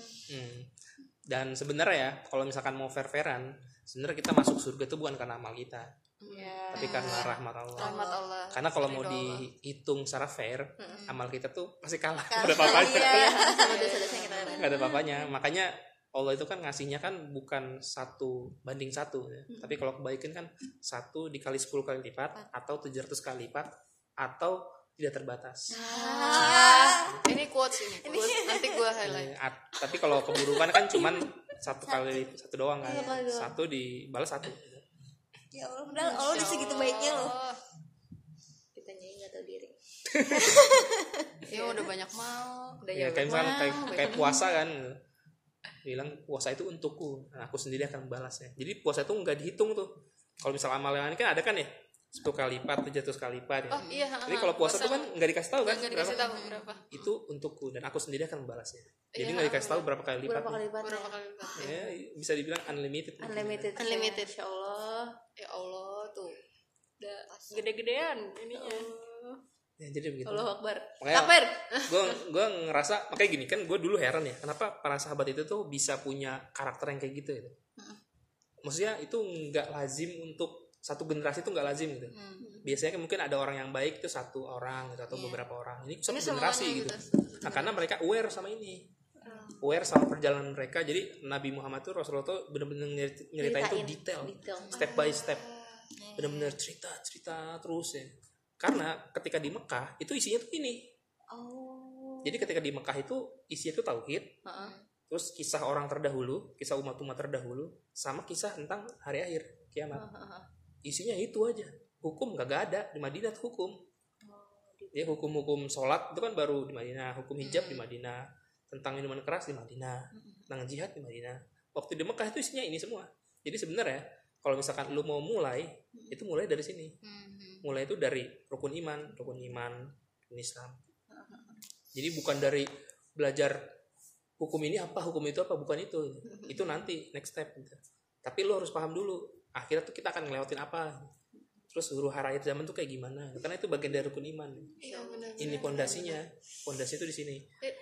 Dan sebenarnya ya kalau misalkan mau fair-fairan, sebenarnya kita masuk surga itu bukan karena amal kita, tapi karena rahmat Allah. Rahmat Allah. Karena kalau mau dihitung secara fair, amal kita tuh pasti kalah. Gak ada Iya. apa-apanya. Sama dosa-dosa yang kita Gak ada apa-apanya. Makanya Allah itu kan ngasihnya kan bukan 1:1 ya. Tapi kalau kebaikan kan 1 dikali 10 kali lipat atau 700 kali lipat atau tidak terbatas. Ini quotes ini. Quotes. Nanti gue highlight. Tapi kalau keburukan kan cuman 1 doang kan. 1 dibalas 1. Ya Allah, padahal Allah udah segitu baiknya loh. kita nyanyi nggak tahu diri. Ya udah banyak mau. Udah Ya kayak misalkan kayak puasa kan. Bilang puasa itu untukku, nah, aku sendiri akan membalasnya. Jadi puasa itu nggak dihitung tuh. Kalau misal amal yang ini kan ada kan ya 10 kali lipat, 700 kali lipat ya. Oh iya. Jadi kalau puasa tuh kan nggak dikasih tahu kan Nggak dikasih tahu berapa. itu untukku dan aku sendiri akan membalasnya. Jadi nggak dikasih tahu berapa kali lipat. Berapa kali lipat? Berapa kali lipat? Ya, bisa dibilang unlimited. Unlimited. Insya Allah. Ya Allah tuh. Udah gede-gedean ininya. Ya, jadi begitu. Allah Akbar. Makanya gue ngerasa makanya gini kan gue dulu heran ya kenapa para sahabat itu tuh bisa punya karakter yang kayak gitu ya. Maksudnya itu nggak lazim untuk satu generasi itu nggak lazim gitu. Biasanya kan mungkin ada orang yang baik itu 1 orang gitu, atau beberapa orang. Ini satu generasi gitu. Nah karena mereka aware sama ini. Aware sama perjalanan mereka. Jadi Nabi Muhammad tuh Rasulullah tuh benar-benar nyeritain itu detail. Step by step. Benar-benar cerita terus ya. Karena ketika di Mekah itu isinya tuh ini. Jadi ketika di Mekah itu isinya tuh tauhid. Terus kisah orang terdahulu, kisah umat-umat terdahulu, sama kisah tentang hari akhir kiamat. Isinya itu aja. Hukum gak ada di Madinah tuh hukum. Ya hukum-hukum sholat itu kan baru di Madinah, hukum hijab di Madinah, tentang minuman keras di Madinah, tentang jihad di Madinah. Waktu di Mekah itu isinya ini semua. Jadi sebenarnya kalau misalkan lu mau mulai, itu mulai dari sini. Mulai itu dari rukun iman, rukun Islam. Jadi bukan dari belajar hukum ini apa, hukum itu apa, bukan itu. Itu nanti next step gitu. Tapi lu harus paham dulu, akhirnya tuh kita akan ngelewatin apa. Terus huru hara akhir zaman tuh kayak gimana? Karena itu bagian dari rukun iman. Iya benar. Ini pondasinya. Pondasi itu di sini.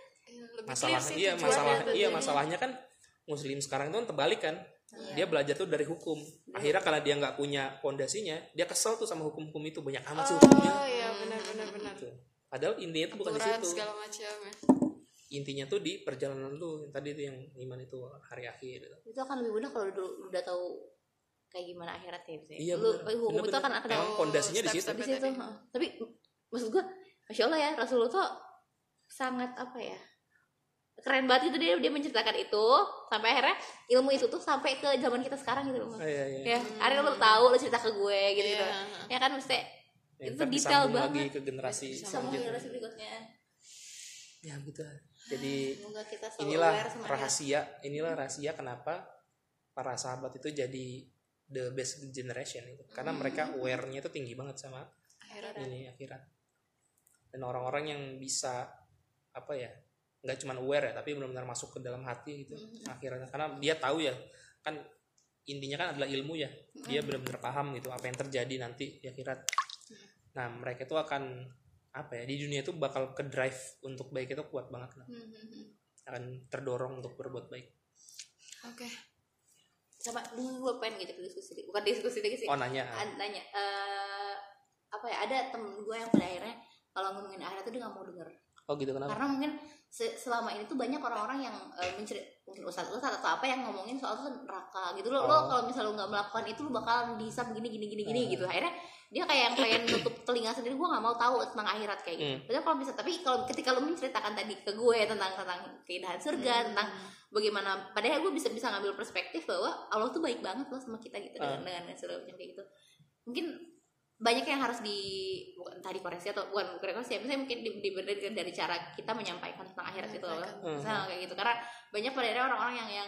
Lebih Masalahnya kan muslim sekarang itu kan terbalik kan. Dia belajar tuh dari hukum. Akhirnya karena dia nggak punya pondasinya, dia kesel tuh sama hukum-hukum itu, banyak amat sih hukumnya. Oh iya benar. Tuh. Padahal intinya itu bukan di Aturan situ. segala macam ya. intinya tuh di perjalanan lu yang tadi tuh yang iman itu hari akhir. Itu akan lebih mudah kalau udah tahu kayak gimana akhiratnya gitu. Iya, Lu bener. hukum itu akan Emang pondasinya di situ. di situ. Tapi maksud gue, masya Allah ya, Rasulullah tuh sangat apa ya, keren banget itu, dia menceritakan itu sampai akhirnya ilmu itu tuh sampai ke zaman kita sekarang gitu loh. Iya. Ya, akhirnya lu tahu, lu cerita ke gue gitu. Ya kan mesti itu Ntar detail disambung lagi banget ke generasi sama selanjutnya. generasi berikutnya. Ya gitu. Jadi Semoga kita selalu inilah aware sama rahasia kenapa para sahabat itu jadi the best generation itu. Karena mereka aware-nya itu tinggi banget sama akhirat. Dan orang-orang yang bisa apa ya, nggak cuma aware ya, tapi benar-benar masuk ke dalam hati gitu akhiratnya. Karena dia tahu ya, kan intinya kan adalah ilmu ya. Dia benar-benar paham gitu apa yang terjadi nanti di akhirat. Nah, mereka itu akan apa ya, di dunia itu bakal ke drive untuk baik itu kuat banget lah. Akan terdorong untuk berbuat baik. Oke. Sama dulu gue pengen gitu diskusi, bukan diskusi lagi sih. Oh, nanya. Nanya apa ya, ada temen gue yang pada akhirnya kalau ngomongin akhirat tuh dia nggak mau denger. Oh gitu, kenapa? Karena mungkin selama ini tuh banyak orang-orang yang mungkin ustadz atau apa yang ngomongin soal tuh neraka gitu loh. Lo kalau misalnya lo nggak melakukan itu lo bakal dihisab gini gitu. Akhirnya dia kayak yang pengen nutup telinga sendiri, gue nggak mau tahu tentang akhirat kayak gitu. Padahal kalau bisa, tapi kalau ketika lo menceritakan tadi ke gue tentang keindahan surga, tentang bagaimana, padahal gue bisa ngambil perspektif bahwa Allah tuh baik banget loh sama kita gitu dengan segala macam kayak gitu. Mungkin banyak yang harus bukan tadi koreksi atau bukan koreksi, misalnya mungkin dibedakan dari cara kita menyampaikan tentang akhirat itu loh, misalnya kayak gitu. Karena banyak pada orang-orang yang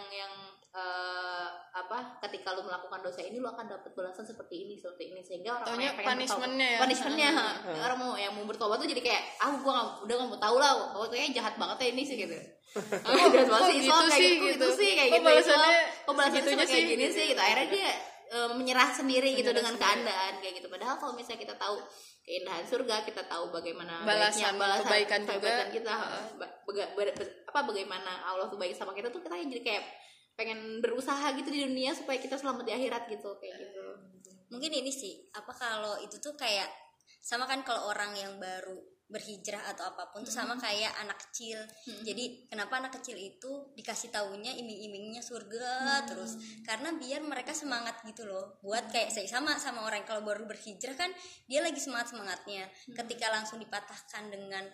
ketika lu melakukan dosa ini lu akan dapat balasan seperti ini sehingga orang yang pengen punishmentnya orang yang mau bertobat tuh jadi kayak gua udah nggak mau tahu lah, pokoknya jahat banget ya ini sih gitu. Jahat banget sih Islam kayak gitu sih kayak gitu. Balasannya cuma kayak gini sih gitu. Akhirnya dia menyerah sendiri gitu dengan keadaan kayak gitu. Padahal kalau misalnya kita tahu keindahan surga, kita tahu bagaimana balasan kebaikan juga kita, bagaimana Allah tuh baik sama kita tuh, kita jadi kayak pengen berusaha gitu di dunia supaya kita selamat di akhirat gitu kayak gitu. Mungkin ini sih kalau itu tuh kayak sama kan, kalau orang yang baru berhijrah atau apapun tuh sama kayak anak kecil. Jadi kenapa anak kecil itu dikasih taunya iming-imingnya surga terus, karena biar mereka semangat gitu loh, buat kayak saya sama orang kalau baru berhijrah kan dia lagi semangatnya, ketika langsung dipatahkan dengan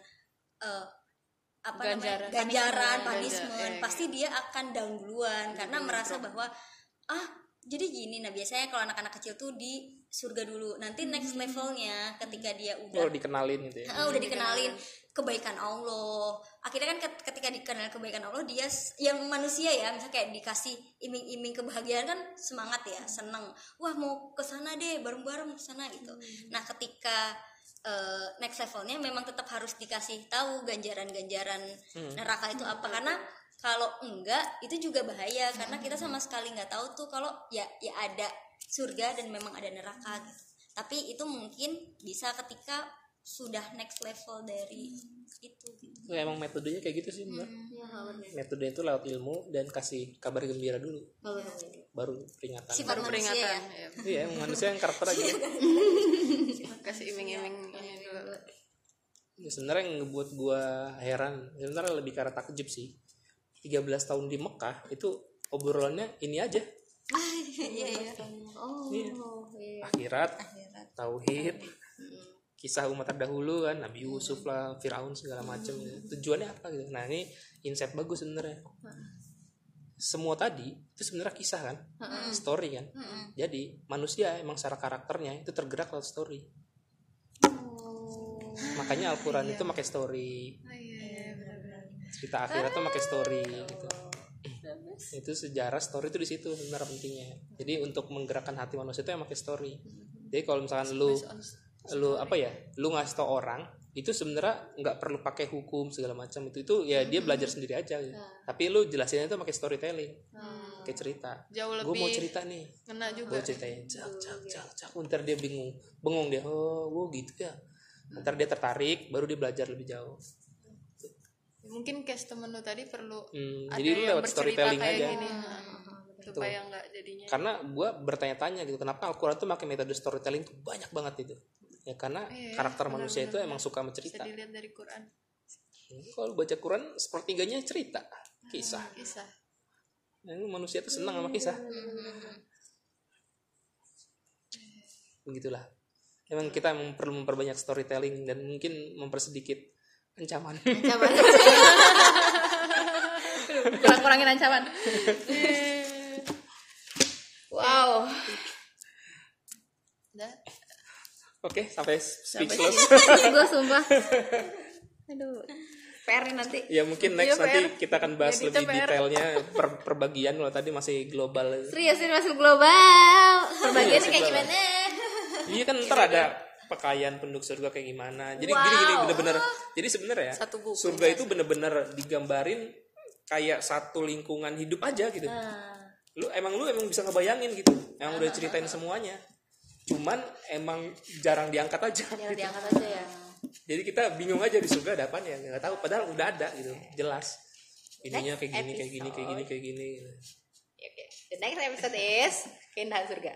ganjaran punishment, pasti dia akan down duluan karena merasa bahwa jadi gini. Nah biasanya kalau anak-anak kecil tuh di surga dulu, nanti next levelnya ketika dia udah dikenalin gitu ya. Udah dikenalin kebaikan Allah. Akhirnya kan ketika dikenal kebaikan Allah, dia yang manusia ya, misalnya kayak dikasih iming-iming kebahagiaan kan semangat ya, seneng. Wah mau kesana deh, bareng-bareng kesana gitu. Nah ketika next levelnya memang tetap harus dikasih tahu ganjaran-ganjaran neraka itu apa, karena kalau enggak itu juga bahaya, karena kita sama sekali nggak tahu tuh kalau ya ada surga dan memang ada neraka gitu. Tapi itu mungkin bisa ketika sudah next level dari itu gitu. Emang metodenya kayak gitu sih benar. Metode itu lewat ilmu dan kasih kabar gembira dulu, baru peringatan. Sifat manusia ya. Iya, emang manusia yang karakter aja. Kasih iming-iming ini dulu. Ya, sebenarnya yang ngebuat gua heran, sebenarnya lebih karena takjub sih. 13 tahun di Mekah itu obrolannya ini aja. Iya. Akhirat, tauhid, kisah umat terdahulu kan, Nabi Yusuf lah, Firaun segala macam. Tujuannya apa gitu. Nah, ini insight bagus sebenarnya. Semua tadi itu sebenarnya kisah kan, story kan. Jadi manusia emang secara karakternya itu tergerak lewat story. Makanya Al-Quran itu pakai story. Cerita akhirat tuh pakai story gitu. Itu sejarah story itu di situ sebenarnya pentingnya. Jadi untuk menggerakkan hati manusia itu yang pakai story. Jadi kalau misalkan lu ngasih tau orang itu sebenarnya nggak perlu pakai hukum segala macam, itu ya dia belajar sendiri aja gitu. Tapi lu jelasinnya itu pakai storytelling, kayak cerita. Gue mau cerita nih, gue ceritain cak. Ntar dia bengong dia, gitu ya. Ntar dia tertarik, baru dia belajar lebih jauh. Mungkin case temen lo tadi perlu ada jadi lu yang lewat bercerita storytelling kayak aja gini, supaya nggak jadinya. Karena gue bertanya-tanya gitu, kenapa Al-Quran tuh pakai metode storytelling tuh banyak banget itu. Ya karena karakter manusia itu emang suka mencerita. Bisa dilihat dari Quran. Kalau baca Quran sepertiganya cerita, kisah. Manusia tuh senang sama kisah. Begitulah. Emang kita perlu memperbanyak storytelling dan mungkin mempersedikit ancaman. Kurangin ancaman. Wow. Oke, sampai speechless. Gue sumpah. Aduh. PR nih nanti. Ya mungkin next nanti kita akan bahas lebih detailnya perbagian. Kalau tadi masih global. Serius ini masih global. Perbagiannya kayak gimana? Iya kan ntar ada pakaian penduduk surga kayak gimana. Jadi gini bener-bener. Jadi sebenarnya surga itu bener-bener digambarin kayak satu lingkungan hidup aja gitu. Lu emang bisa ngebayangin gitu. Emang udah ceritain semuanya. Cuman emang jarang diangkat aja. Diangkat aja ya. Jadi kita bingung aja di surga ada apaan ya, nggak tahu. Padahal udah ada gitu, jelas. Ininya kayak gini. Oke. The next episode is keindahan surga.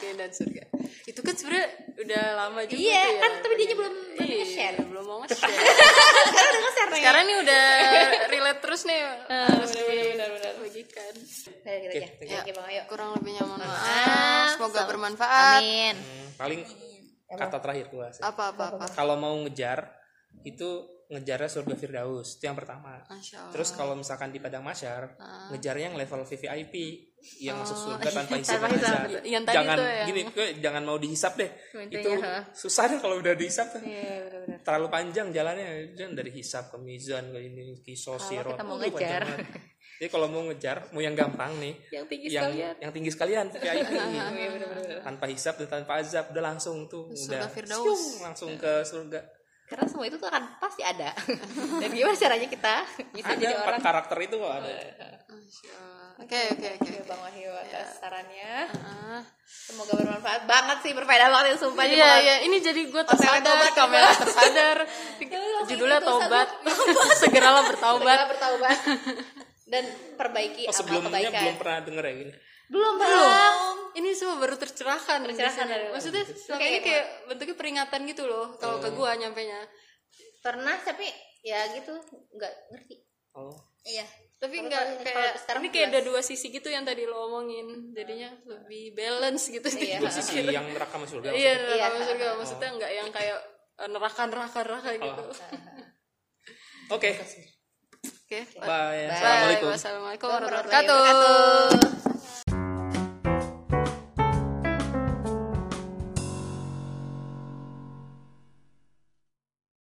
Itu kan sebenarnya udah lama juga. Iya kan, tapi dia belum nge-share. Belum mau nge-share. Sekarang nih udah relate terus nih. Harus bagikan. Oke, Bang Ayo. Kurang lebihnya mohon maaf. Semoga bermanfaat. Amin. Paling kata terakhir gua. Apa. Kalau mau ngejar itu ngejarnya surga Firdaus, itu yang pertama. Terus kalau misalkan di Padang Mahsyar, ngejarnya yang level VVIP yang masuk surga tanpa hisab dan azab. Jangan gini, jangan mau dihisap deh. Itu susah deh kalau udah dihisap. Terlalu panjang jalannya, dari hisab ke mizan ke ini kisos sirot. Kita mau ngejar. Jadi kalau mau ngejar, mau yang gampang nih, yang tinggi sekalian VIP tanpa hisab dan tanpa azab, udah langsung tuh surga udah Firdaus. langsung ke surga. Karena semua itu tuh akan pasti ada. Dan gimana caranya kita bisa Ada jadi 4 orang? karakter itu kok ada. Oke. Bang Wahyu atas sarannya. Semoga bermanfaat banget sih, berfaedah banget sumpah. Iya, ini jadi gue tersadar, Kamela tersadar. Judulnya Taubat. Segeralah bertaubat. Dan perbaiki amal Sebelumnya kebaikan. belum pernah denger ya gini. Belum. Ini semua baru tercerahkan. Maksudnya selama ini kayak bentuknya peringatan gitu loh. Kalau ke gue nyampenya. Pernah tapi ya gitu nggak ngerti. Iya. Tapi nggak kayak ini kayak ada 2 sisi gitu yang tadi lo omongin. Jadinya lebih balance gitu. Dua sisi yang neraka sama surga. Iya, neraka sama surga. Maksudnya nggak yang kayak neraka gitu. Oke. Oke. Bye. Assalamualaikum warahmatullahi wabarakatuh.